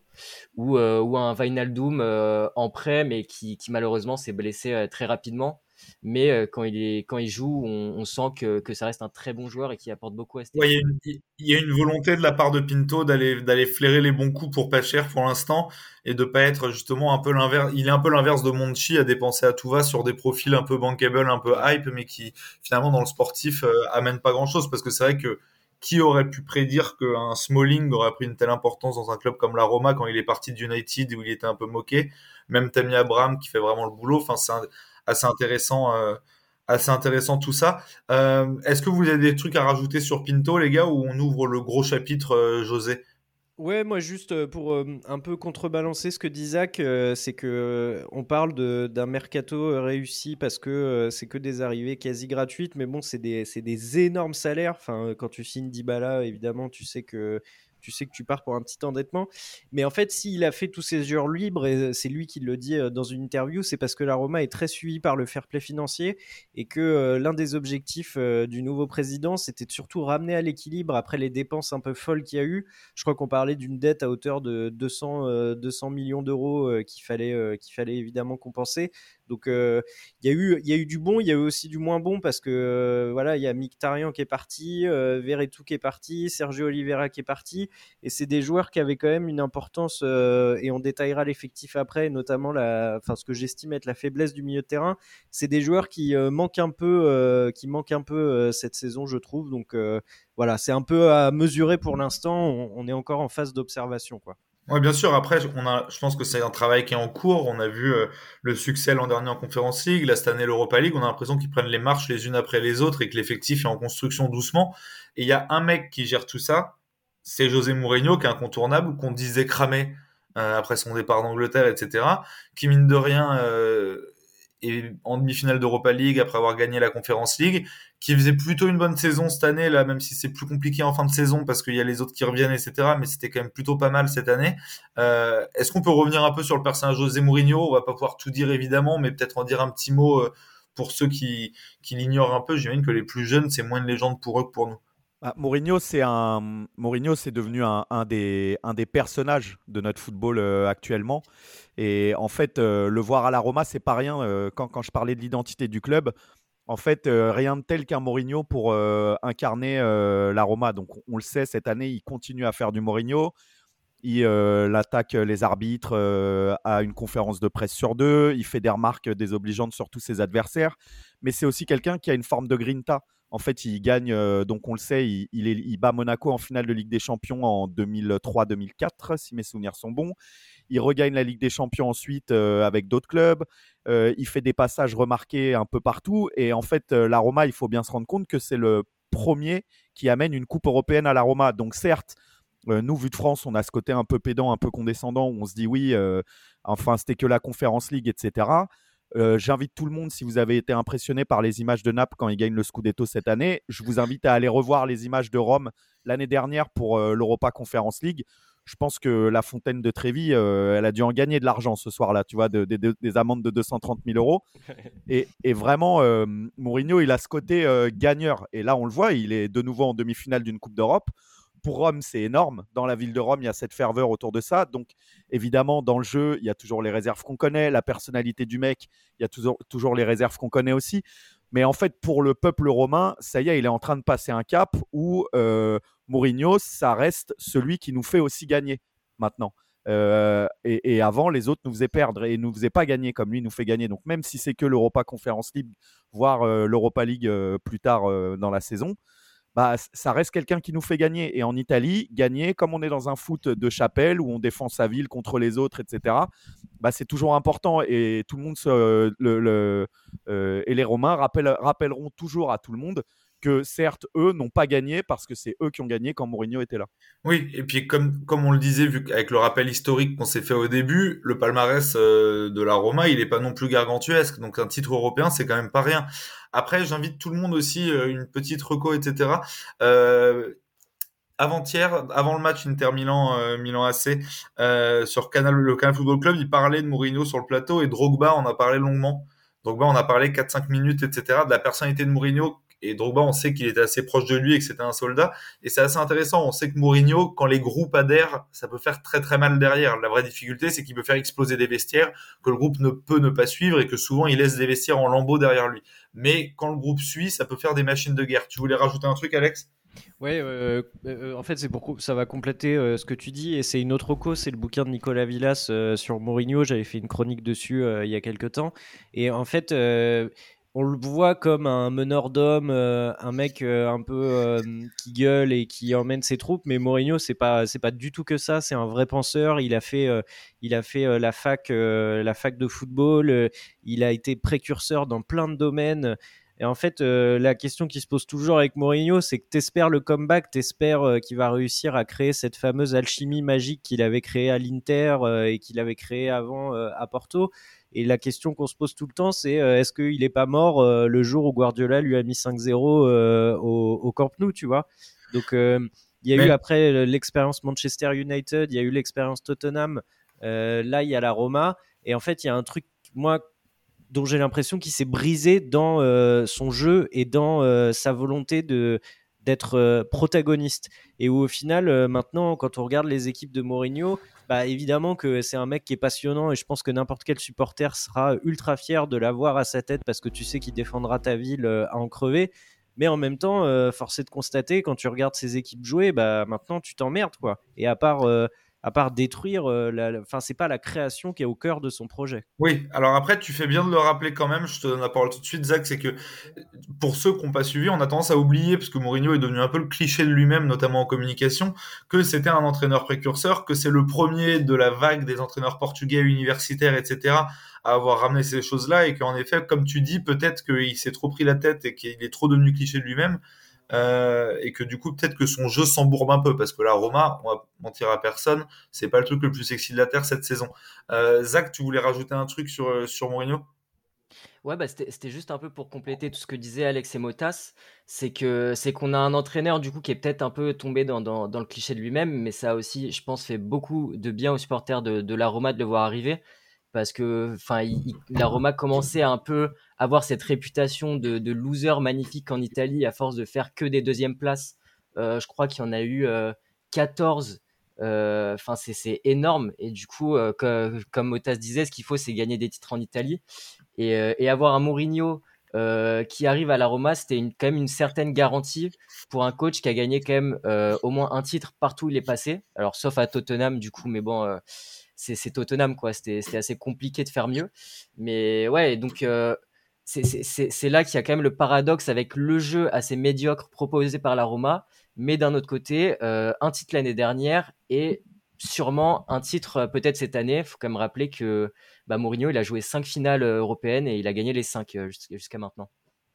ou un Wijnaldum en prêt, mais qui malheureusement s'est blessé très rapidement. Mais quand il joue, on sent que ça reste un très bon joueur et qui apporte beaucoup à cette Ouais, équipe. il y a une volonté de la part de Pinto d'aller flairer les bons coups pour pas cher pour l'instant et de pas être justement un peu l'inverse. Il est un peu l'inverse de Monchi, à dépenser à tout va sur des profils un peu bankable, un peu hype, mais qui finalement dans le sportif amènent pas grand chose, parce que c'est vrai que qui aurait pu prédire qu'un Smalling aurait pris une telle importance dans un club comme la Roma quand il est parti de United où il était un peu moqué. Même Tammy Abraham qui fait vraiment le boulot. Enfin, assez intéressant, assez intéressant tout ça. Est-ce que vous avez des trucs à rajouter sur Pinto, les gars, ou on ouvre le gros chapitre, José? Ouais, moi juste pour un peu contrebalancer ce que dit Zach, c'est que on parle d'un mercato réussi parce que c'est que des arrivées quasi gratuites, mais bon, c'est des énormes salaires. Enfin, quand tu signes Dybala, évidemment, tu sais que tu pars pour un petit endettement. Mais en fait, s'il a fait tous ses jours libres, et c'est lui qui le dit dans une interview, c'est parce que la Roma est très suivie par le fair play financier et que l'un des objectifs du nouveau président, c'était de surtout ramener à l'équilibre après les dépenses un peu folles qu'il y a eu. Je crois qu'on parlait d'une dette à hauteur de 200 millions d'euros qu'il fallait évidemment compenser. Donc il y a eu du bon, il y a eu aussi du moins bon parce que voilà, il y a Mkhitaryan qui est parti, Verretou qui est parti, Sergio Oliveira qui est parti, et c'est des joueurs qui avaient quand même une importance et on détaillera l'effectif après, notamment ce que j'estime être la faiblesse du milieu de terrain. C'est des joueurs qui manquent un peu cette saison, je trouve. Donc voilà, c'est un peu à mesurer pour l'instant. On est encore en phase d'observation, quoi. Ouais, bien sûr. Après, je pense que c'est un travail qui est en cours. On a vu le succès l'an dernier en Conference League, là cette année l'Europa League. On a l'impression qu'ils prennent les marches les unes après les autres et que l'effectif est en construction doucement. Et il y a un mec qui gère tout ça, c'est José Mourinho, qui est incontournable, qu'on disait cramer après son départ d'Angleterre, etc. Qui mine de rien est en demi-finale d'Europa League après avoir gagné la Conference League, qui faisait plutôt une bonne saison cette année, là, même si c'est plus compliqué en fin de saison parce qu'il y a les autres qui reviennent, etc. Mais c'était quand même plutôt pas mal cette année. Est-ce qu'on peut revenir un peu sur le personnage José Mourinho? On va pas pouvoir tout dire évidemment, mais peut-être en dire un petit mot pour ceux qui l'ignorent un peu. J'imagine que les plus jeunes, c'est moins une légende pour eux que pour nous. Mourinho, c'est devenu un des personnages de notre football actuellement. Et en fait, le voir à la Roma, c'est pas rien. Quand je parlais de l'identité du club, en fait, rien de tel qu'un Mourinho pour incarner la Roma. Donc, on le sait, cette année, il continue à faire du Mourinho. Il attaque les arbitres à une conférence de presse sur deux. Il fait des remarques désobligeantes sur tous ses adversaires. Mais c'est aussi quelqu'un qui a une forme de grinta. En fait, il gagne, donc on le sait, il bat Monaco en finale de Ligue des Champions en 2003-2004, si mes souvenirs sont bons. Il regagne la Ligue des Champions ensuite avec d'autres clubs. Il fait des passages remarqués un peu partout. Et en fait, la Roma, il faut bien se rendre compte que c'est le premier qui amène une coupe européenne à la Roma. Donc certes, nous, vu de France, on a ce côté un peu pédant, un peu condescendant, où on se dit oui, enfin, c'était que la Conference League, etc. J'invite tout le monde, si vous avez été impressionné par les images de Naples quand ils gagnent le Scudetto cette année, je vous invite à aller revoir les images de Rome l'année dernière pour l'Europa Conference League. Je pense que la Fontaine de Trévi, elle a dû en gagner de l'argent ce soir-là, tu vois, des amendes de 230 000 euros. Et vraiment, Mourinho, il a ce côté gagneur. Et là, on le voit, il est de nouveau en demi-finale d'une Coupe d'Europe. Pour Rome, c'est énorme. Dans la ville de Rome, il y a cette ferveur autour de ça. Donc, évidemment, dans le jeu, il y a toujours les réserves qu'on connaît. La personnalité du mec, il y a toujours les réserves qu'on connaît aussi. Mais en fait, pour le peuple romain, ça y est, il est en train de passer un cap où Mourinho, ça reste celui qui nous fait aussi gagner maintenant. Et avant, les autres nous faisaient perdre et nous faisaient pas gagner comme lui nous fait gagner. Donc, même si c'est que l'Europa Conference League, voire l'Europa League plus tard dans la saison, bah, ça reste quelqu'un qui nous fait gagner. Et en Italie, gagner, comme on est dans un foot de chapelle où on défend sa ville contre les autres, etc., bah, c'est toujours important. Et tout le monde, et les Romains rappelleront toujours à tout le monde que certes, eux n'ont pas gagné parce que c'est eux qui ont gagné quand Mourinho était là. Oui, et puis comme on le disait, vu qu'avec le rappel historique qu'on s'est fait au début, le palmarès de la Roma, il est pas non plus gargantuesque. Donc un titre européen, c'est quand même pas rien. Après, j'invite tout le monde aussi, une petite reco, etc. Avant-hier, avant le match Inter Milan, Milan AC, sur le Canal Football Club, il parlait de Mourinho sur le plateau et Drogba en a parlé longuement. Drogba en a parlé 4-5 minutes, etc. de la personnalité de Mourinho. Et Drogba, on sait qu'il était assez proche de lui et que c'était un soldat. Et c'est assez intéressant. On sait que Mourinho, quand les groupes adhèrent, ça peut faire très très mal derrière. La vraie difficulté, c'est qu'il peut faire exploser des vestiaires, que le groupe ne peut ne pas suivre et que souvent il laisse des vestiaires en lambeaux derrière lui. Mais quand le groupe suit, ça peut faire des machines de guerre. Tu voulais rajouter un truc, Alex ? Ouais, en fait, ça va compléter ce que tu dis, et c'est une autre reco, c'est le bouquin de Nicolas Villas sur Mourinho. J'avais fait une chronique dessus il y a quelques temps, et en fait, on le voit comme un meneur d'hommes, un mec un peu qui gueule et qui emmène ses troupes. Mais Mourinho, c'est pas du tout que ça. C'est un vrai penseur. Il a fait la fac de football. Il a été précurseur dans plein de domaines. Et en fait, la question qui se pose toujours avec Mourinho, c'est que t'espères le comeback, t'espères qu'il va réussir à créer cette fameuse alchimie magique qu'il avait créée à l'Inter et qu'il avait créée avant à Porto. Et la question qu'on se pose tout le temps, c'est est-ce qu'il n'est pas mort le jour où Guardiola lui a mis 5-0 au Camp Nou, tu vois. Donc, il y a eu après l'expérience Manchester United, il y a eu l'expérience Tottenham, là, il y a la Roma. Et en fait, il y a un truc, moi, dont j'ai l'impression qu'il s'est brisé dans son jeu et dans sa volonté d'être protagoniste. Et où au final, maintenant, quand on regarde les équipes de Mourinho, bah, évidemment que c'est un mec qui est passionnant et je pense que n'importe quel supporter sera ultra fier de l'avoir à sa tête parce que tu sais qu'il défendra ta ville à en crever. Mais en même temps, force est de constater, quand tu regardes ces équipes jouer, bah, maintenant tu t'emmerdes, quoi. Et à part détruire, c'est pas la création qui est au cœur de son projet. Oui, alors après, tu fais bien de le rappeler quand même, je te donne la parole tout de suite, Zach, c'est que pour ceux qui n'ont pas suivi, on a tendance à oublier, parce que Mourinho est devenu un peu le cliché de lui-même, notamment en communication, que c'était un entraîneur précurseur, que c'est le premier de la vague des entraîneurs portugais universitaires, etc., à avoir ramené ces choses-là, et qu'en effet, comme tu dis, peut-être qu'il s'est trop pris la tête et qu'il est trop devenu cliché de lui-même, et que du coup, peut-être que son jeu s'embourbe un peu, parce que la Roma, on va mentir à personne, c'est pas le truc le plus sexy de la Terre cette saison. Zach, tu voulais rajouter un truc sur Mourinho? Ouais, bah, c'était juste un peu pour compléter tout ce que disaient Alex et Motas. C'est qu'on a un entraîneur du coup qui est peut-être un peu tombé dans le cliché de lui-même, mais ça aussi, je pense, fait beaucoup de bien aux supporters de la Roma de le voir arriver. Parce que la Roma commençait à un peu avoir cette réputation de loser magnifique en Italie à force de faire que des deuxièmes places. Je crois qu'il y en a eu 14. C'est énorme. Et du coup, comme Motas disait, ce qu'il faut, c'est gagner des titres en Italie. Et avoir un Mourinho qui arrive à la Roma, c'était quand même une certaine garantie pour un coach qui a gagné quand même au moins un titre partout où il est passé. Alors, sauf à Tottenham, du coup, mais bon, c'est Tottenham, quoi. C'était assez compliqué de faire mieux. Mais ouais, donc c'est là qu'il y a quand même le paradoxe avec le jeu assez médiocre proposé par la Roma, mais d'un autre côté, un titre l'année dernière et sûrement un titre peut-être cette année. Il faut quand même rappeler que Mourinho, il a joué 5 finales européennes et il a gagné les 5 jusqu'à maintenant.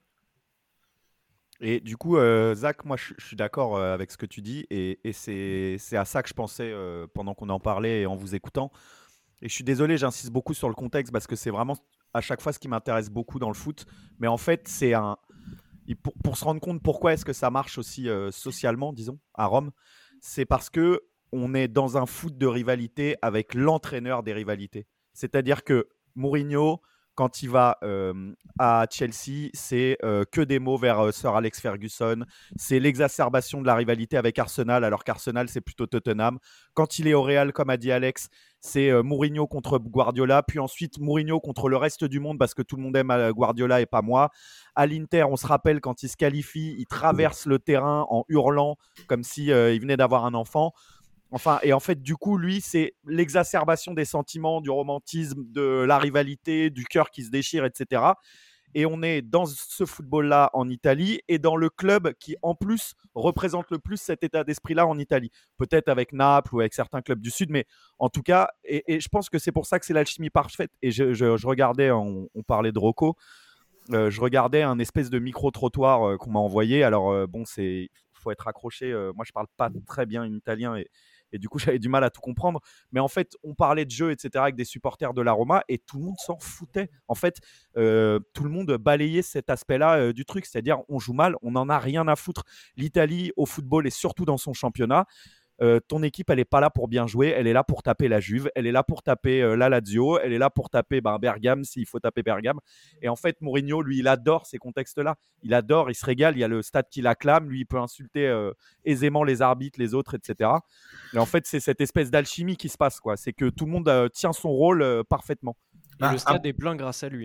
Et du coup, Zach, moi je suis d'accord avec ce que tu dis et c'est à ça que je pensais pendant qu'on en parlait et en vous écoutant. Et je suis désolé, j'insiste beaucoup sur le contexte parce que c'est vraiment à chaque fois ce qui m'intéresse beaucoup dans le foot. Mais en fait, pour se rendre compte pourquoi est-ce que ça marche aussi socialement, disons, à Rome, c'est parce que on est dans un foot de rivalité avec l'entraîneur des rivalités. C'est-à-dire que Mourinho, quand il va à Chelsea, c'est que des mots vers Sir Alex Ferguson. C'est l'exacerbation de la rivalité avec Arsenal, alors qu'Arsenal, c'est plutôt Tottenham. Quand il est au Real, comme a dit Alex, c'est Mourinho contre Guardiola, puis ensuite Mourinho contre le reste du monde parce que tout le monde aime Guardiola et pas moi. À l'Inter, on se rappelle quand il se qualifie, il traverse le terrain en hurlant comme si il venait d'avoir un enfant. Enfin, et en fait, du coup, lui, c'est l'exacerbation des sentiments, du romantisme, de la rivalité, du cœur qui se déchire, etc. Et on est dans ce football-là en Italie et dans le club qui, en plus, représente le plus cet état d'esprit-là en Italie. Peut-être avec Naples ou avec certains clubs du Sud, mais en tout cas, et je pense que c'est pour ça que c'est l'alchimie parfaite. Et je regardais, on parlait de Rocco, je regardais un espèce de micro-trottoir qu'on m'a envoyé. Alors, bon, il faut être accroché. Moi, je parle pas très bien italien et du coup, j'avais du mal à tout comprendre. Mais en fait, on parlait de jeu, etc., avec des supporters de la Roma et tout le monde s'en foutait. En fait, tout le monde balayait cet aspect-là du truc. C'est-à-dire, on joue mal, on n'en a rien à foutre. L'Italie, au football et surtout dans son championnat, ton équipe, elle n'est pas là pour bien jouer, elle est là pour taper la Juve, elle est là pour taper la Lazio, elle est là pour taper Bergame s'il faut taper Bergame. Et en fait, Mourinho, lui, il adore ces contextes-là. Il adore, il se régale, il y a le stade qui l'acclame, lui, il peut insulter aisément les arbitres, les autres, etc. Et en fait, c'est cette espèce d'alchimie qui se passe, quoi. C'est que tout le monde tient son rôle parfaitement. Et le stade est plein grâce à lui. Hein.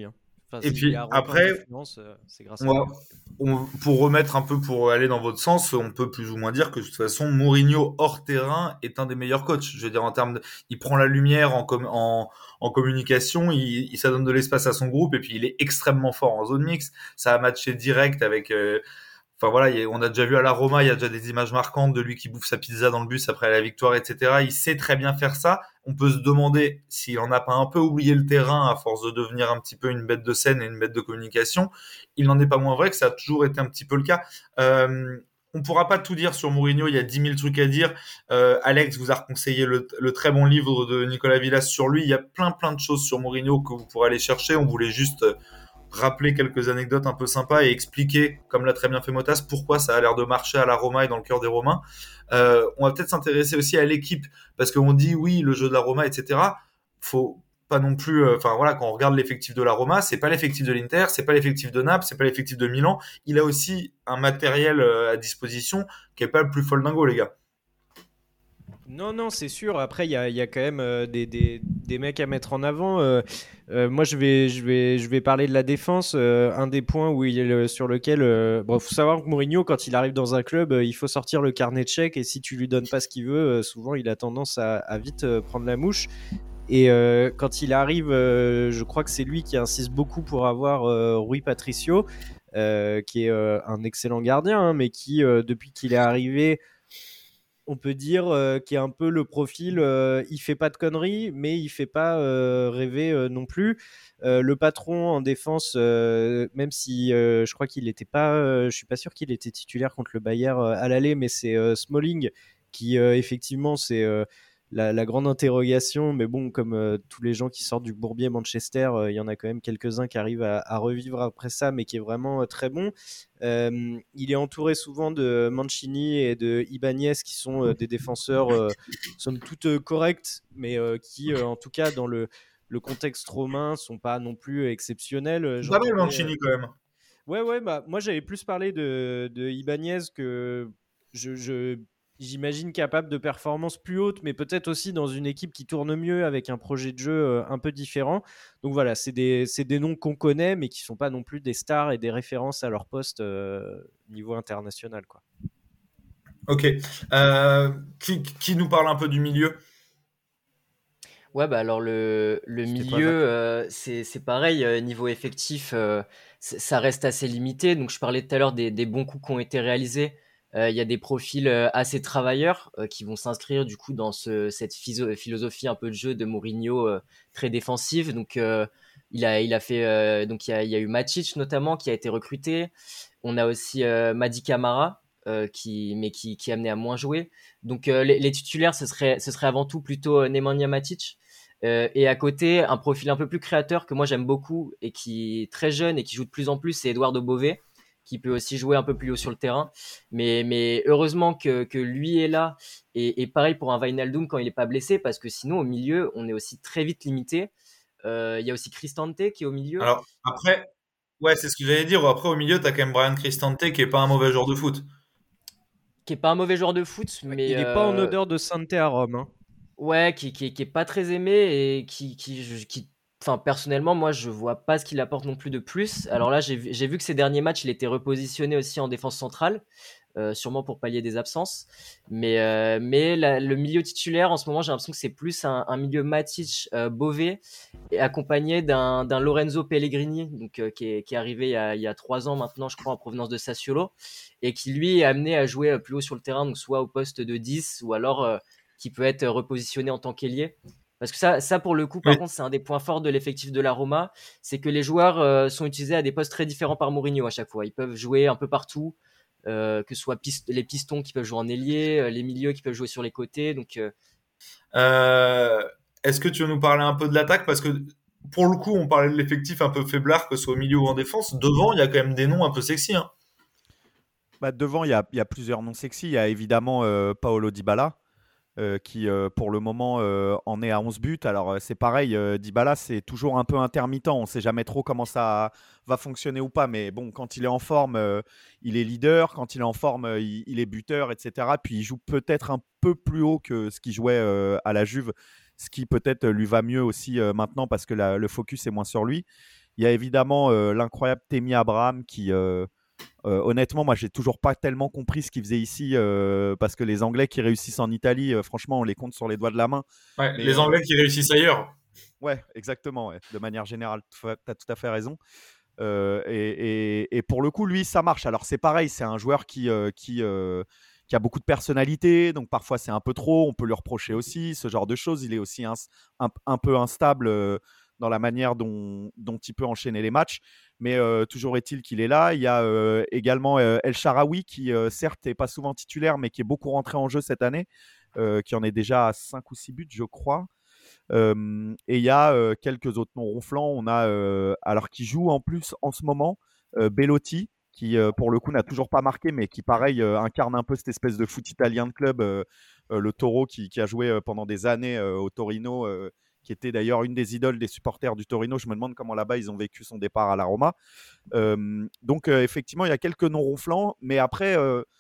Enfin, Et s'il est puis à record après, d'influence, c'est grâce à on lui. va- pour remettre un peu, pour aller dans votre sens, on peut plus ou moins dire que de toute façon, Mourinho hors terrain est un des meilleurs coachs. Je veux dire, il prend la lumière en communication, ça donne de l'espace à son groupe, et puis il est extrêmement fort en zone mixte. Ça a matché direct avec. Enfin voilà, on a déjà vu à la Roma, il y a déjà des images marquantes de lui qui bouffe sa pizza dans le bus après la victoire, etc. Il sait très bien faire ça. On peut se demander s'il en a pas un peu oublié le terrain à force de devenir un petit peu une bête de scène et une bête de communication. Il n'en est pas moins vrai que ça a toujours été un petit peu le cas. On pourra pas tout dire sur Mourinho, il y a 10 000 trucs à dire. Alex vous a conseillé le très bon livre de Nicolas Villas sur lui. Il y a plein de choses sur Mourinho que vous pourrez aller chercher. On voulait juste rappeler quelques anecdotes un peu sympas et expliquer, comme l'a très bien fait Motas, pourquoi ça a l'air de marcher à la Roma et dans le cœur des Romains. On va peut-être s'intéresser aussi à l'équipe, parce qu'on dit oui, le jeu de la Roma, etc. Faut pas non plus, enfin voilà, quand on regarde l'effectif de la Roma, c'est pas l'effectif de l'Inter, c'est pas l'effectif de Naples, c'est pas l'effectif de Milan. Il a aussi un matériel à disposition qui est pas le plus foldingo, les gars. Non, non, c'est sûr. Après, il y a quand même des mecs à mettre en avant. Moi, je vais parler de la défense. Un des points où sur lequel. Bon, faut savoir que Mourinho, quand il arrive dans un club, il faut sortir le carnet de chèques. Et si tu lui donnes pas ce qu'il veut, souvent, il a tendance à vite prendre la mouche. Et quand il arrive, je crois que c'est lui qui insiste beaucoup pour avoir Rui Patricio, qui est un excellent gardien, hein, mais qui, depuis qu'il est arrivé, on peut dire qu'il est un peu le profil, il fait pas de conneries, mais il fait pas rêver non plus. Le patron en défense, même si je crois qu'il était pas, je suis pas sûr qu'il était titulaire contre le Bayern à l'aller, mais c'est Smalling qui effectivement c'est la grande interrogation. Mais bon, comme tous les gens qui sortent du bourbier Manchester, il y en a quand même quelques-uns qui arrivent à revivre après ça, mais qui est vraiment très bon. Il est entouré souvent de Mancini et de Ibanez qui sont des défenseurs somme toute corrects, mais qui en tout cas dans le contexte romain sont pas non plus exceptionnels. Pas mal J'entendais, Mancini quand même. ouais, bah moi j'avais plus parlé de Ibanez que je j'imagine capable de performances plus hautes, mais peut-être aussi dans une équipe qui tourne mieux avec un projet de jeu un peu différent. Donc voilà, c'est des noms qu'on connaît, mais qui sont pas non plus des stars et des références à leur poste niveau international, quoi. Ok. Qui nous parle un peu du milieu? Ouais, bah alors le C'était toi, milieu, Zach? c'est pareil, niveau effectif, ça reste assez limité. Donc je parlais tout à l'heure des bons coups qui ont été réalisés. Il y a des profils assez travailleurs qui vont s'inscrire du coup dans cette philosophie un peu de jeu de Mourinho très défensive. Donc il a fait, donc il y a eu Matic notamment qui a été recruté. On a aussi Madi Camara qui est amené à moins jouer. Donc les titulaires, ce serait avant tout plutôt Nemanja Matic. Et à côté, un profil un peu plus créateur que moi j'aime beaucoup et qui est très jeune et qui joue de plus en plus, c'est Eduardo Bové, qui peut aussi jouer un peu plus haut sur le terrain. Mais heureusement que lui est là. Et pareil pour un Wijnaldum quand il n'est pas blessé, parce que sinon au milieu, on est aussi très vite limité. Il y a aussi Cristante qui est au milieu, Alors après, ouais, c'est ce que j'allais dire. Après, au milieu, t'as quand même Brian Cristante qui est pas un mauvais joueur de foot. qui est pas un mauvais joueur de foot, Ouais, mais il est pas en odeur de sainteté à Rome, hein. ouais, qui est pas très aimé et enfin, personnellement, moi, je vois pas ce qu'il apporte non plus de plus. Alors là, j'ai vu que ces derniers matchs, il était repositionné aussi en défense centrale, sûrement pour pallier des absences. Mais le milieu titulaire, en ce moment, j'ai l'impression que c'est plus un milieu Matic, Bové, et accompagné d'un Lorenzo Pellegrini, donc, qui est arrivé il y a 3 ans maintenant, je crois, en provenance de Sassuolo, et qui lui est amené à jouer plus haut sur le terrain, donc soit au poste de 10 ou alors qui peut être repositionné en tant qu'ailier. Parce que ça, pour le coup, par Oui. contre, c'est un des points forts de l'effectif de la Roma, c'est que les joueurs sont utilisés à des postes très différents par Mourinho à chaque fois. Ils peuvent jouer un peu partout, que ce soit les pistons qui peuvent jouer en ailier, les milieux qui peuvent jouer sur les côtés. Donc, Euh, Est-ce que tu veux nous parler un peu de l'attaque? Parce que pour le coup, on parlait de l'effectif un peu faiblard, que ce soit au milieu ou en défense. Devant, il y a quand même des noms un peu sexy, hein. Bah, devant, il y a plusieurs noms sexy. Il y a évidemment Paolo Dybala, qui pour le moment en est à 11 buts. Alors c'est pareil, Dybala c'est toujours un peu intermittent, on ne sait jamais trop comment ça va fonctionner ou pas, mais bon, quand il est en forme, il est leader, quand il est en forme, il est buteur, etc. Puis il joue peut-être un peu plus haut que ce qu'il jouait à la Juve, ce qui peut-être lui va mieux aussi maintenant parce que le focus est moins sur lui. Il y a évidemment l'incroyable Temi Abraham qui, honnêtement, moi, j'ai toujours pas tellement compris ce qu'il faisait ici parce que les Anglais qui réussissent en Italie, franchement, on les compte sur les doigts de la main. Ouais, Mais, les Anglais qui réussissent ailleurs. Ouais, exactement. Ouais. De manière générale, tu as tout à fait raison. Et pour le coup, lui, ça marche. Alors, c'est pareil, c'est un joueur qui a beaucoup de personnalité, donc parfois c'est un peu trop. On peut lui reprocher aussi ce genre de choses. Il est aussi un peu instable dans la manière dont il peut enchaîner les matchs. Mais toujours est-il qu'il est là. Il y a également El Shaarawy qui, certes, n'est pas souvent titulaire, mais qui est beaucoup rentré en jeu cette année, qui en est déjà à 5 ou 6 buts, je crois. Et il y a quelques autres noms ronflants. On a, alors qui joue en plus en ce moment, Bellotti, qui pour le coup n'a toujours pas marqué, mais qui pareil incarne un peu cette espèce de foot italien de club, le Toro qui a joué pendant des années au Torino, qui était d'ailleurs une des idoles des supporters du Torino. Je me demande comment là-bas ils ont vécu son départ à la Roma. Donc effectivement, il y a quelques noms ronflants, mais après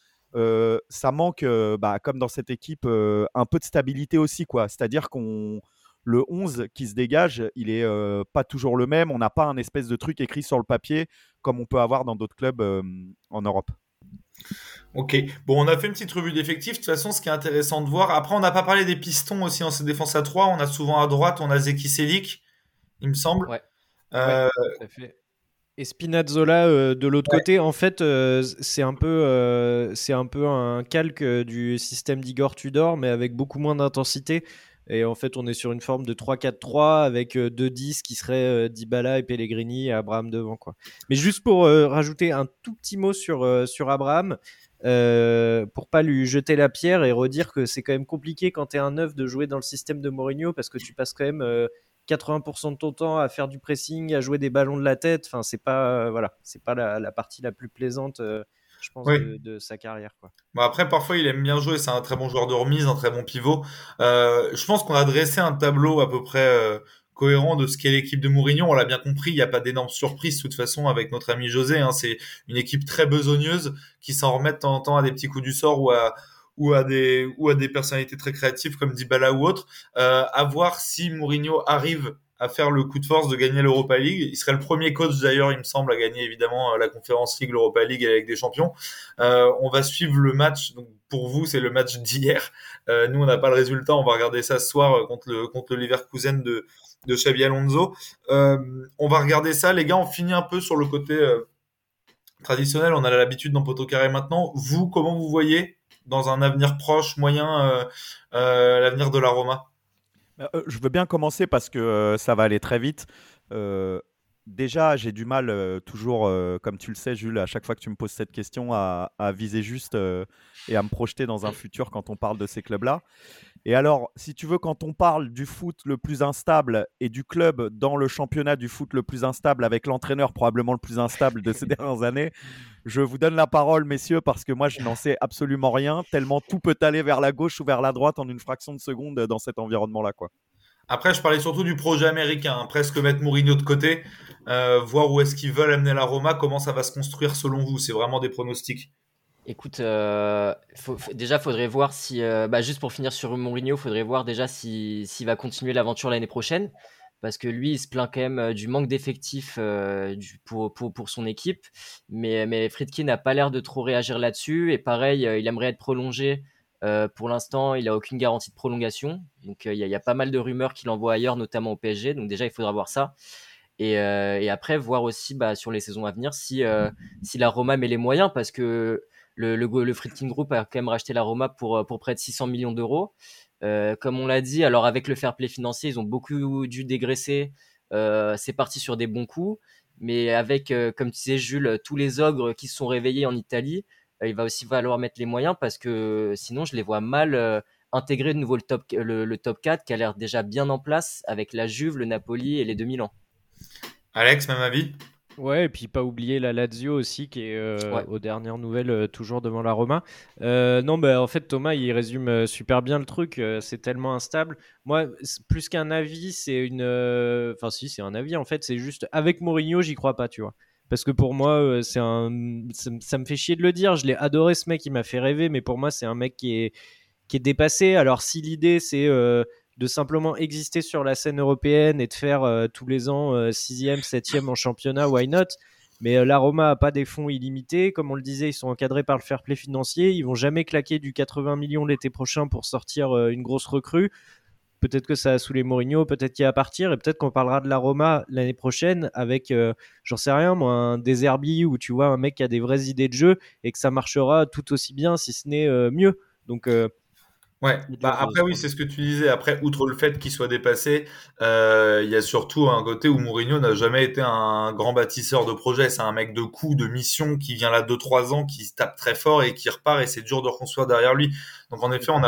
ça manque, comme dans cette équipe, un peu de stabilité aussi, quoi. C'est-à-dire qu'on le 11 qui se dégage, il est pas toujours le même. On n'a pas un espèce de truc écrit sur le papier comme on peut avoir dans d'autres clubs en Europe. Ok, bon, on a fait une petite revue d'effectifs. De toute façon, ce qui est intéressant de voir. Après, on n'a pas parlé des pistons aussi en cette défense à 3. On a souvent à droite, on a Zeki Çelik, il me semble. Ouais. Euh, Tout à fait. Et Spinazzola de l'autre côté, en fait, c'est un peu un calque du système d'Igor Tudor, mais avec beaucoup moins d'intensité. Et en fait, on est sur une forme de 3-4-3 avec deux 10 qui seraient Dybala et Pellegrini et Abraham devant, quoi. Mais juste pour rajouter un tout petit mot sur Abraham, pour pas lui jeter la pierre et redire que c'est quand même compliqué quand t'es un neuf de jouer dans le système de Mourinho parce que tu passes quand même 80% de ton temps à faire du pressing, à jouer des ballons de la tête. Enfin, c'est pas la partie la plus plaisante, je pense, oui. de sa carrière, quoi. Bon, après, parfois, il aime bien jouer. C'est un très bon joueur de remise, un très bon pivot. Je pense qu'on a dressé un tableau à peu près cohérent de ce qu'est l'équipe de Mourinho. On l'a bien compris. Il n'y a pas d'énormes surprises, de toute façon, avec notre ami José. Hein. C'est une équipe très besogneuse qui s'en remet de temps en temps à des petits coups du sort ou à des personnalités très créatives comme Dybala ou autre. À voir si Mourinho arrive à faire le coup de force de gagner l'Europa League. Il serait le premier coach d'ailleurs, il me semble, à gagner évidemment la Conference League, l'Europa League et la Ligue des Champions. On va suivre le match. Donc pour vous, c'est le match d'hier. Nous, on n'a pas le résultat. On va regarder ça ce soir contre le Leverkusen de Xabi Alonso. On va regarder ça, les gars. On finit un peu sur le côté traditionnel. On a l'habitude dans Poto Carré maintenant. Vous, comment vous voyez dans un avenir proche, moyen, l'avenir de la Roma? Je veux bien commencer parce que ça va aller très vite. Déjà, j'ai du mal toujours, comme tu le sais, Jules, à chaque fois que tu me poses cette question, à viser juste et à me projeter dans un futur quand on parle de ces clubs-là. Et alors, si tu veux, quand on parle du foot le plus instable et du club dans le championnat du foot le plus instable, avec l'entraîneur probablement le plus instable de ces dernières années, je vous donne la parole, messieurs, parce que moi, je n'en sais absolument rien, tellement tout peut aller vers la gauche ou vers la droite en une fraction de seconde dans cet environnement-là, quoi. Après, je parlais surtout du projet américain, hein, presque mettre Mourinho de côté, voir où est-ce qu'ils veulent amener la Roma, comment ça va se construire selon vous. C'est vraiment des pronostics. Écoute, déjà, faudrait voir si, juste pour finir sur Mourinho, faudrait voir déjà s'il va continuer l'aventure l'année prochaine, parce que lui, il se plaint quand même du manque d'effectifs pour son équipe, mais Friedkin n'a pas l'air de trop réagir là-dessus, et pareil, il aimerait être prolongé. Pour l'instant, il n'a aucune garantie de prolongation, donc il y a pas mal de rumeurs qu'il envoie ailleurs, notamment au PSG, donc déjà, il faudra voir ça. Et après, voir aussi sur les saisons à venir si la Roma met les moyens, parce que le Friedkin Group a quand même racheté la Roma pour près de 600 millions d'euros. Comme on l'a dit, alors avec le fair play financier, ils ont beaucoup dû dégraisser. C'est parti sur des bons coups, mais avec, comme tu disais, Jules, tous les ogres qui se sont réveillés en Italie, il va aussi falloir mettre les moyens, parce que sinon, je les vois mal intégrer de nouveau le top 4 qui a l'air déjà bien en place avec la Juve, le Napoli et les 2 Milan. Alex, même avis? Ouais, et puis pas oublier la Lazio aussi, qui est aux dernières nouvelles toujours devant la Roma. Non, en fait, Thomas, il résume super bien le truc. C'est tellement instable. Moi, plus qu'un avis, c'est une. Enfin, si, c'est un avis. En fait, c'est juste avec Mourinho, j'y crois pas, tu vois. Parce que pour moi, ça me fait chier de le dire. Je l'ai adoré, ce mec, il m'a fait rêver, mais pour moi, c'est un mec qui est dépassé. Alors, si l'idée, c'est de simplement exister sur la scène européenne et de faire tous les ans 6e, 7e en championnat, why not? Mais la Roma n'a pas des fonds illimités. Comme on le disait, ils sont encadrés par le fair play financier. Ils vont jamais claquer du 80 millions l'été prochain pour sortir une grosse recrue. Peut-être que ça a saoulé Mourinho, peut-être qu'il va partir, et peut-être qu'on parlera de la Roma l'année prochaine avec, j'en sais rien, moi, un De Zerbi ou tu vois, un mec qui a des vraies idées de jeu et que ça marchera tout aussi bien, si ce n'est mieux. Donc, Ouais, bah après oui, c'est ce que tu disais. Après, outre le fait qu'il soit dépassé, il y a surtout un côté où Mourinho n'a jamais été un grand bâtisseur de projet. C'est un mec de coups, de mission, qui vient là 2-3 ans, qui se tape très fort et qui repart, et c'est dur de reconstruire derrière lui. Donc en effet,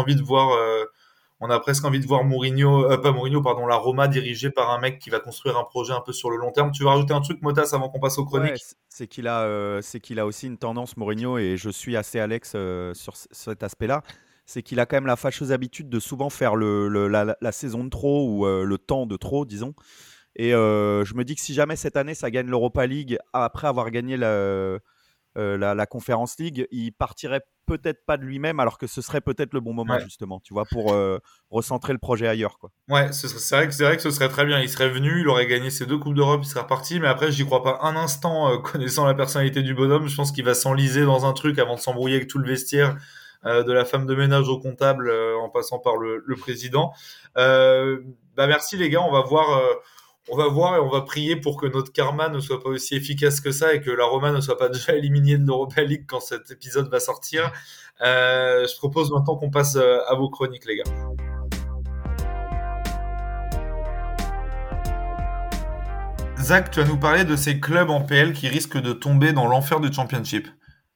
on a presque envie de voir Mourinho, pas Mourinho, pardon, la Roma dirigée par un mec qui va construire un projet un peu sur le long terme. Tu veux rajouter un truc, Motas, avant qu'on passe aux Ouais, chroniques? c'est qu'il a aussi une tendance, Mourinho, et je suis assez Alex sur cet aspect-là. C'est qu'il a quand même la fâcheuse habitude de souvent faire la saison de trop ou le temps de trop, disons. Et je me dis que si jamais cette année ça gagne l'Europa League après avoir gagné la Conference League, il partirait peut-être pas de lui-même, alors que ce serait peut-être le bon moment, Ouais. justement, tu vois, pour recentrer le projet ailleurs, quoi. Ouais, c'est vrai que ce serait très bien. Il serait venu, il aurait gagné ses 2 Coupes d'Europe, il serait reparti. Mais après, j'y crois pas un instant, connaissant la personnalité du bonhomme. Je pense qu'il va s'enliser dans un truc avant de s'embrouiller avec tout le vestiaire, de la femme de ménage au comptable, en passant par le président. Bah merci les gars, on va voir et on va prier pour que notre karma ne soit pas aussi efficace que ça et que la Roma ne soit pas déjà éliminée de l'Europa League quand cet épisode va sortir. Je propose maintenant qu'on passe à vos chroniques, les gars. Zach, tu vas nous parler de ces clubs en PL qui risquent de tomber dans l'enfer du Championship.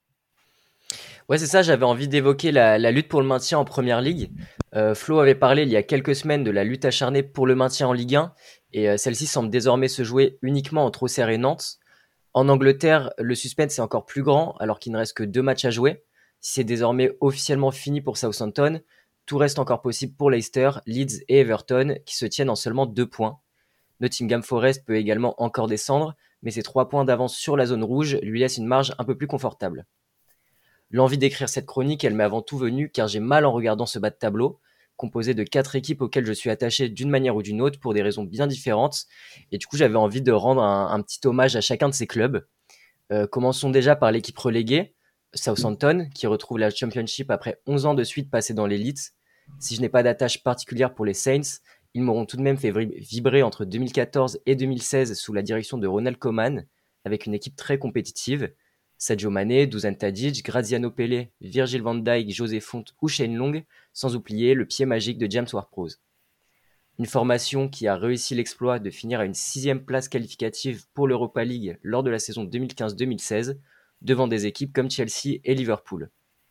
Ouais, c'est ça, j'avais envie d'évoquer la lutte pour le maintien en Première Ligue. Flo avait parlé il y a quelques semaines de la lutte acharnée pour le maintien en Ligue 1, et celle-ci semble désormais se jouer uniquement entre Auxerre et Nantes. En Angleterre, le suspense est encore plus grand, alors qu'il ne reste que 2 matchs à jouer. Si c'est désormais officiellement fini pour Southampton, tout reste encore possible pour Leicester, Leeds et Everton, qui se tiennent en seulement 2 points. Nottingham Forest peut également encore descendre, mais ses 3 points d'avance sur la zone rouge lui laissent une marge un peu plus confortable. L'envie d'écrire cette chronique, elle m'est avant tout venue car j'ai mal en regardant ce bas de tableau, composé de 4 équipes auxquelles je suis attaché d'une manière ou d'une autre pour des raisons bien différentes. Et du coup, j'avais envie de rendre un petit hommage à chacun de ces clubs. Commençons déjà par l'équipe reléguée, Southampton, qui retrouve la Championship après 11 ans de suite passés dans l'élite. Si je n'ai pas d'attache particulière pour les Saints, ils m'auront tout de même fait vibrer entre 2014 et 2016 sous la direction de Ronald Koeman, avec une équipe très compétitive. Sadio Mané, Dusan Tadic, Graziano Pelé, Virgil van Dijk, José Font ou Shane Long, sans oublier le pied magique de James Ward-Prowse. Une formation qui a réussi l'exploit de finir à une 6e place qualificative pour l'Europa League lors de la saison 2015-2016, devant des équipes comme Chelsea et Liverpool.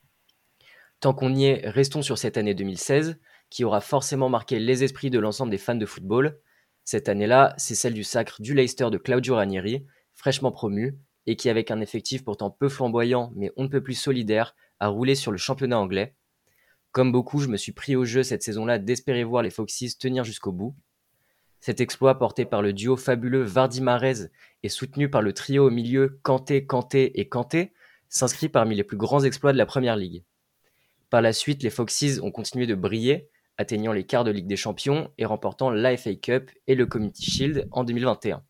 Tant qu'on y est, restons sur cette année 2016, qui aura forcément marqué les esprits de l'ensemble des fans de football. Cette année-là, c'est celle du sacre du Leicester de Claudio Ranieri, fraîchement promu, et qui, avec un effectif pourtant peu flamboyant, mais on ne peut plus solidaire, a roulé sur le championnat anglais. Comme beaucoup, je me suis pris au jeu cette saison-là d'espérer voir les Foxes tenir jusqu'au bout. Cet exploit porté par le duo fabuleux Vardy-Mahrez et soutenu par le trio au milieu Kanté, Kanté et Kanté s'inscrit parmi les plus grands exploits de la Première Ligue. Par la suite, les Foxes ont continué de briller, atteignant les quarts de Ligue des Champions et remportant la FA Cup et le Community Shield en 2021.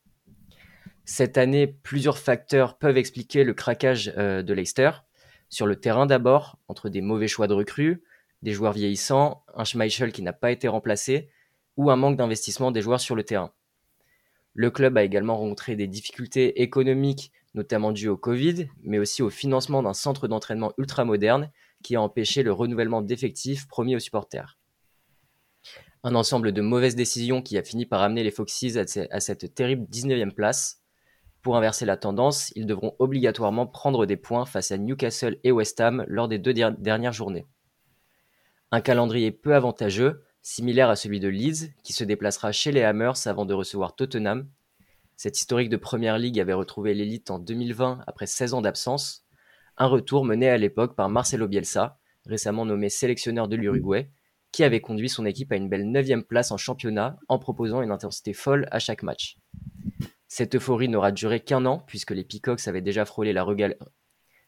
Cette année, plusieurs facteurs peuvent expliquer le craquage de Leicester. Sur le terrain d'abord, entre des mauvais choix de recrues, des joueurs vieillissants, un Schmeichel qui n'a pas été remplacé, ou un manque d'investissement des joueurs sur le terrain. Le club a également rencontré des difficultés économiques, notamment dues au Covid, mais aussi au financement d'un centre d'entraînement ultramoderne qui a empêché le renouvellement d'effectifs promis aux supporters. Un ensemble de mauvaises décisions qui a fini par amener les Foxes à cette terrible 19e place. Pour inverser la tendance, ils devront obligatoirement prendre des points face à Newcastle et West Ham lors des 2 dernières journées. Un calendrier peu avantageux, similaire à celui de Leeds, qui se déplacera chez les Hammers avant de recevoir Tottenham. Cette historique de Première Ligue avait retrouvé l'élite en 2020 après 16 ans d'absence. Un retour mené à l'époque par Marcelo Bielsa, récemment nommé sélectionneur de l'Uruguay, qui avait conduit son équipe à une belle 9e place en championnat en proposant une intensité folle à chaque match. Cette euphorie n'aura duré qu'un an, puisque les Peacocks avaient déjà frôlé la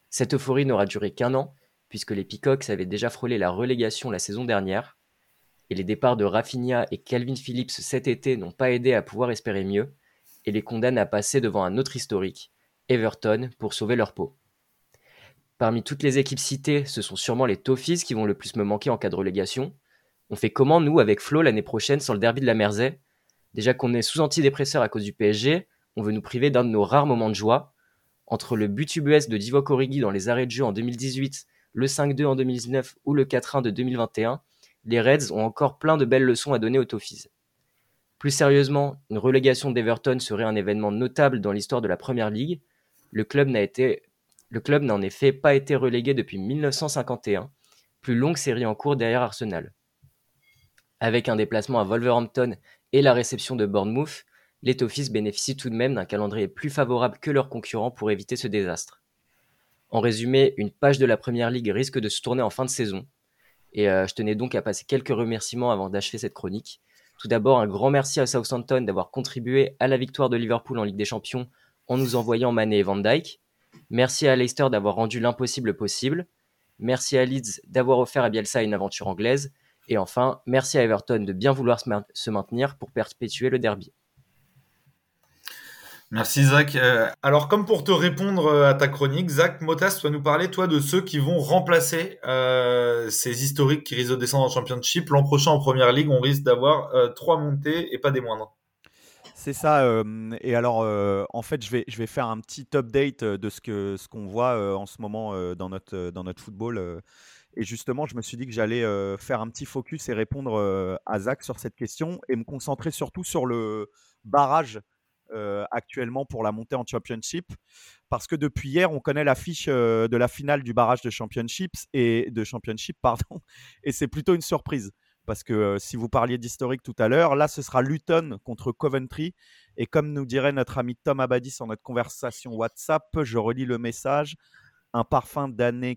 relégation la saison dernière, et les départs de Rafinha et Calvin Phillips cet été n'ont pas aidé à pouvoir espérer mieux, et les condamnent à passer devant un autre historique, Everton, pour sauver leur peau. Parmi toutes les équipes citées, ce sont sûrement les Toffees qui vont le plus me manquer en cas de relégation. On fait comment, nous, avec Flo, l'année prochaine, sur le derby de la Mersey? Déjà qu'on est sous antidépresseur à cause du PSG, on veut nous priver d'un de nos rares moments de joie. Entre le but UBS de Divock Origi dans les arrêts de jeu en 2018, le 5-2 en 2019 ou le 4-1 de 2021, les Reds ont encore plein de belles leçons à donner aux Toffees. Plus sérieusement, une relégation d'Everton serait un événement notable dans l'histoire de la Première Ligue. Le club n'a en effet pas été relégué depuis 1951, plus longue série en cours derrière Arsenal. Avec un déplacement à Wolverhampton et la réception de Bournemouth, les Toffees bénéficient tout de même d'un calendrier plus favorable que leurs concurrents pour éviter ce désastre. En résumé, une page de la Première Ligue risque de se tourner en fin de saison. Et je tenais donc à passer quelques remerciements avant d'achever cette chronique. Tout d'abord, un grand merci à Southampton d'avoir contribué à la victoire de Liverpool en Ligue des Champions en nous envoyant Mané et Van Dijk. Merci à Leicester d'avoir rendu l'impossible possible. Merci à Leeds d'avoir offert à Bielsa une aventure anglaise. Et enfin, merci à Everton de bien vouloir se maintenir pour perpétuer le derby. Merci Zach. Alors comme pour te répondre à ta chronique, Zach Motas, tu vas nous parler toi de ceux qui vont remplacer ces historiques qui risquent de descendre en Championship. L'an prochain en Première Ligue, on risque d'avoir 3 montées et pas des moindres. C'est ça. Et alors, en fait, je vais faire un petit update de ce qu'on voit en ce moment dans notre football. Et justement, je me suis dit que j'allais faire un petit focus et répondre à Zach sur cette question et me concentrer surtout sur le barrage actuellement pour la montée en Championship. Parce que depuis hier, on connaît l'affiche de la finale du barrage de Championship, pardon, et c'est plutôt une surprise. Parce que si vous parliez d'historique tout à l'heure, là, ce sera Luton contre Coventry. Et comme nous dirait notre ami Tom Abadi sur notre conversation WhatsApp, je relis le message, un parfum d'années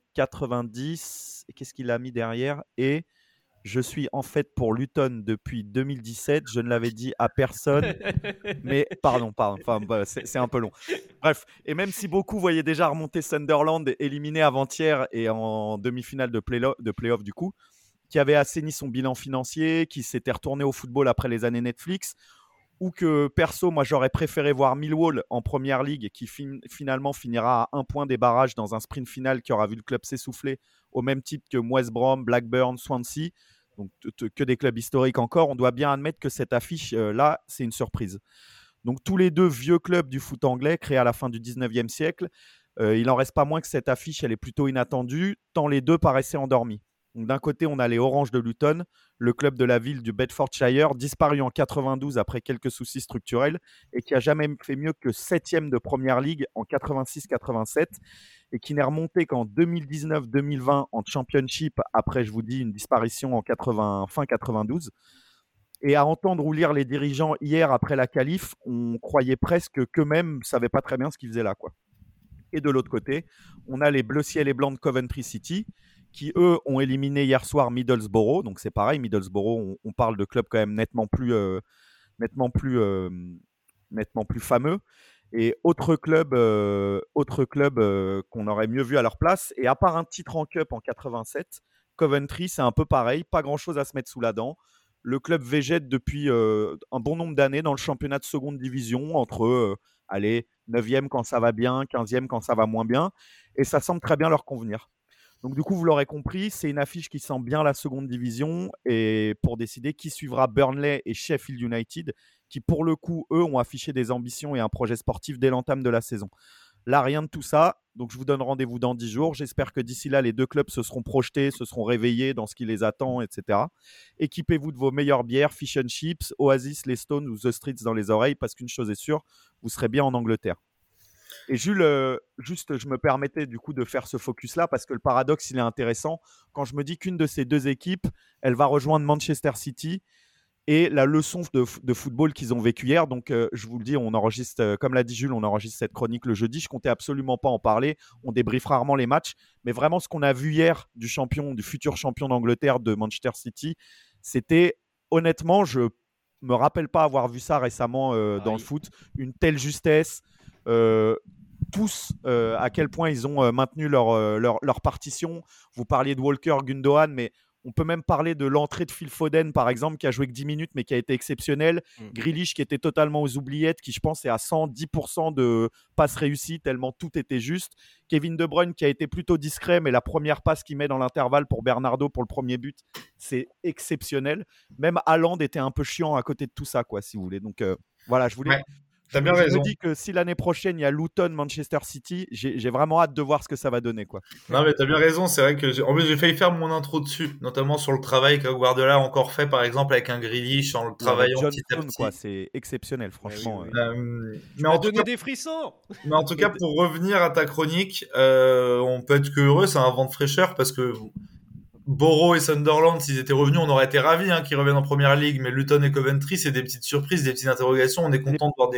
90. Et qu'est-ce qu'il a mis derrière? Et je suis en fait pour Luton depuis 2017. Je ne l'avais dit à personne. Mais pardon. Enfin, c'est un peu long. Bref, et même si beaucoup voyaient déjà remonter Sunderland éliminé avant-hier et en demi-finale de play-off du coup, qui avait assaini son bilan financier, qui s'était retourné au football après les années Netflix, ou que perso, moi j'aurais préféré voir Millwall en Première Ligue, qui finalement finira à 1 point des barrages dans un sprint final qui aura vu le club s'essouffler, au même titre que West Brom, Blackburn, Swansea, donc que des clubs historiques encore. On doit bien admettre que cette affiche-là, c'est une surprise. Donc tous les deux vieux clubs du foot anglais, créés à la fin du 19e siècle, il n'en reste pas moins que cette affiche, elle est plutôt inattendue, tant les deux paraissaient endormis. Donc, d'un côté, on a les Oranges de Luton, le club de la ville du Bedfordshire, disparu en 92 après quelques soucis structurels et qui a jamais fait mieux que 7e de Première Ligue en 86-87 et qui n'est remonté qu'en 2019-2020 en Championship après, je vous dis, une disparition en fin 92. Et à entendre ou lire les dirigeants hier après la qualif, on croyait presque qu'eux-mêmes ne savaient pas très bien ce qu'ils faisaient là, quoi. Et de l'autre côté, on a les Bleu Ciel et Blancs de Coventry City qui, eux, ont éliminé hier soir Middlesbrough. Donc, c'est pareil, Middlesbrough, on parle de clubs quand même nettement plus fameux. Et autre club qu'on aurait mieux vu à leur place. Et à part un titre en Cup en 87, Coventry, c'est un peu pareil. Pas grand-chose à se mettre sous la dent. Le club végète depuis un bon nombre d'années dans le championnat de seconde division, entre 9e quand ça va bien, 15e quand ça va moins bien. Et ça semble très bien leur convenir. Donc du coup, vous l'aurez compris, c'est une affiche qui sent bien la seconde division et pour décider qui suivra Burnley et Sheffield United, qui pour le coup, eux, ont affiché des ambitions et un projet sportif dès l'entame de la saison. Là, rien de tout ça. Donc je vous donne rendez-vous dans 10 jours. J'espère que d'ici là, les deux clubs se seront projetés, se seront réveillés dans ce qui les attend, etc. Équipez-vous de vos meilleures bières, Fish and Chips, Oasis, les Stones ou The Streets dans les oreilles, parce qu'une chose est sûre, vous serez bien en Angleterre. Et Jules, juste, je me permettais du coup de faire ce focus-là parce que le paradoxe, il est intéressant. Quand je me dis qu'une de ces deux équipes, elle va rejoindre Manchester City et la leçon de football qu'ils ont vécu hier. Donc, je vous le dis, on enregistre, comme l'a dit Jules, on enregistre cette chronique le jeudi. Je comptais absolument pas en parler. On débriefe rarement les matchs. Mais vraiment, ce qu'on a vu hier du futur champion d'Angleterre de Manchester City, c'était honnêtement, je me rappelle pas avoir vu ça récemment dans le foot. Une telle justesse. Tous à quel point ils ont maintenu leur partition. Vous parliez de Walker, Gundogan, mais On peut même parler de l'entrée de Phil Foden, par exemple, qui a joué que 10 minutes, mais qui a été exceptionnel. Grealish, qui était totalement aux oubliettes, qui, je pense, est à 110% de passes réussies, tellement tout était juste. Kevin De Bruyne, qui a été plutôt discret, mais la première passe qu'il met dans l'intervalle pour Bernardo pour le premier but, c'est exceptionnel. Même Haaland était un peu chiant à côté de tout ça, quoi, si vous voulez. Donc, voilà, je voulais... Ouais. T'as bien raison. Je me dis que si l'année prochaine il y a Luton, Manchester City, j'ai vraiment hâte de voir ce que ça va donner, quoi. Non, mais t'as bien raison. C'est vrai que en plus j'ai failli faire mon intro dessus, notamment sur le travail que Guardiola a encore fait, par exemple avec un Grealish, en le travaillant John petit à Stone, petit. quoi, c'est exceptionnel, franchement. Oui. Mais en tout cas, des frissons. mais en tout cas, pour revenir à ta chronique, on peut être que heureux. C'est un vent de fraîcheur parce que Borough et Sunderland, s'ils étaient revenus, on aurait été ravis qu'ils reviennent en première ligue. Mais Luton et Coventry, c'est des petites surprises, des petites interrogations. On est content de voir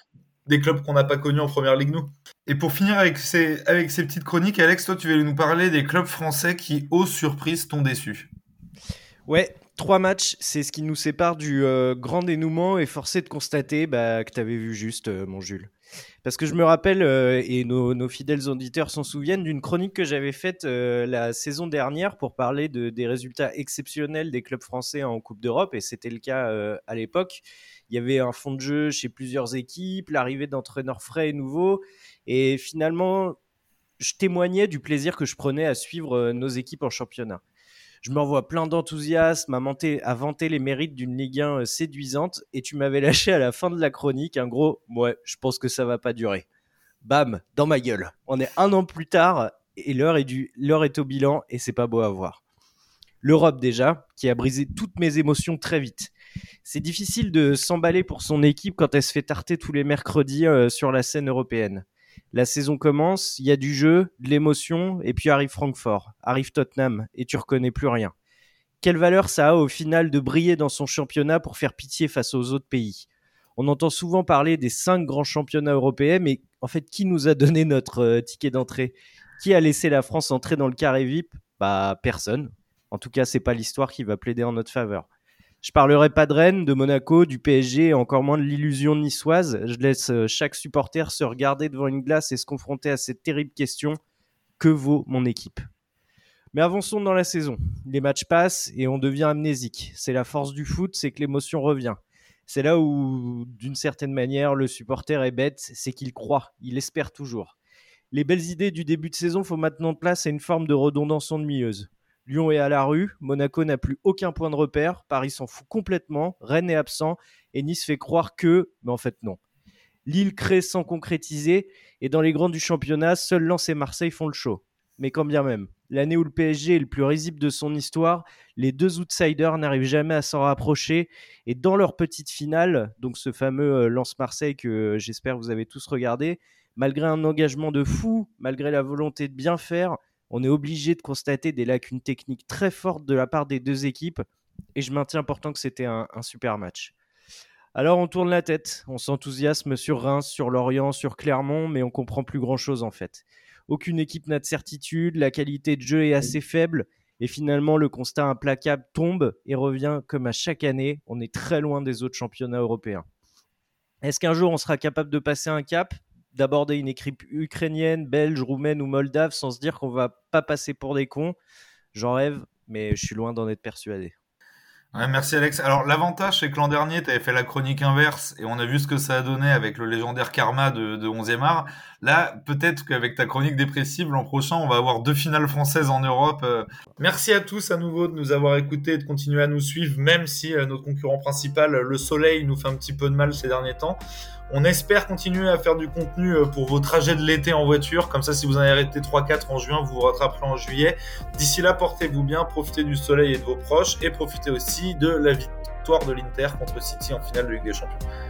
des clubs qu'on n'a pas connus en première ligue, nous. Et pour finir avec ces petites chroniques, Alex, toi, tu vas nous parler des clubs français qui, aux surprises, t'ont déçu. Ouais, 3 matchs, c'est ce qui nous sépare du grand dénouement, et forcé de constater que tu avais vu juste, mon Jules. Parce que je me rappelle, et nos fidèles auditeurs s'en souviennent, d'une chronique que j'avais faite la saison dernière pour parler des résultats exceptionnels des clubs français en Coupe d'Europe, et c'était le cas à l'époque. Il y avait un fond de jeu chez plusieurs équipes, l'arrivée d'entraîneurs frais et nouveaux, et finalement, je témoignais du plaisir que je prenais à suivre nos équipes en championnat. Je m'envoie plein d'enthousiasme à vanter les mérites d'une Ligue 1 séduisante, et tu m'avais lâché à la fin de la chronique un gros « ouais, je pense que ça va pas durer ». Bam, dans ma gueule. On est 1 an plus tard et l'heure est au bilan, et c'est pas beau à voir. L'Europe déjà, qui a brisé toutes mes émotions très vite. C'est difficile de s'emballer pour son équipe quand elle se fait tarter tous les mercredis sur la scène européenne. La saison commence, il y a du jeu, de l'émotion, et puis arrive Francfort, arrive Tottenham, et tu reconnais plus rien. Quelle valeur ça a au final de briller dans son championnat pour faire pitié face aux autres pays ? On entend souvent parler des 5 grands championnats européens, mais en fait, qui nous a donné notre ticket d'entrée ? Qui a laissé la France entrer dans le carré VIP ? Personne. En tout cas, c'est pas l'histoire qui va plaider en notre faveur. Je parlerai pas de Rennes, de Monaco, du PSG, et encore moins de l'illusion niçoise. Je laisse chaque supporter se regarder devant une glace et se confronter à cette terrible question : que vaut mon équipe ? Mais avançons dans la saison. Les matchs passent et on devient amnésique. C'est la force du foot, c'est que l'émotion revient. C'est là où, d'une certaine manière, le supporter est bête, c'est qu'il croit, il espère toujours. Les belles idées du début de saison font maintenant place à une forme de redondance ennuyeuse. Lyon est à la rue, Monaco n'a plus aucun point de repère, Paris s'en fout complètement, Rennes est absent, et Nice fait croire que... mais en fait non. Lille crée sans concrétiser, et dans les grands du championnat, seuls Lens et Marseille font le show. Mais quand bien même, l'année où le PSG est le plus risible de son histoire, les 2 outsiders n'arrivent jamais à s'en rapprocher, et dans leur petite finale, donc ce fameux Lens-Marseille que j'espère vous avez tous regardé, malgré un engagement de fou, malgré la volonté de bien faire, on est obligé de constater des lacunes techniques très fortes de la part des 2 équipes, et je maintiens pourtant que c'était un super match. Alors on tourne la tête, on s'enthousiasme sur Reims, sur Lorient, sur Clermont, mais on comprend plus grand-chose en fait. Aucune équipe n'a de certitude, la qualité de jeu est assez faible, et finalement le constat implacable tombe et revient comme à chaque année, on est très loin des autres championnats européens. Est-ce qu'un jour on sera capable de passer un cap ? D'aborder une équipe ukrainienne, belge, roumaine ou moldave sans se dire qu'on va pas passer pour des cons ? J'en rêve, mais je suis loin d'en être persuadé. Ouais, merci Alex. Alors l'avantage, c'est que l'an dernier, tu avais fait la chronique inverse et on a vu ce que ça a donné avec le légendaire Karma de 11e art. Là, peut-être qu'avec ta chronique dépressive, l'an prochain, on va avoir 2 finales françaises en Europe. Merci à tous à nouveau de nous avoir écoutés et de continuer à nous suivre, même si notre concurrent principal, le Soleil, nous fait un petit peu de mal ces derniers temps. On espère continuer à faire du contenu pour vos trajets de l'été en voiture. Comme ça, si vous en avez arrêté 3-4 en juin, vous vous rattraperez en juillet. D'ici là, portez-vous bien, profitez du soleil et de vos proches et profitez aussi de la victoire de l'Inter contre City en finale de Ligue des Champions.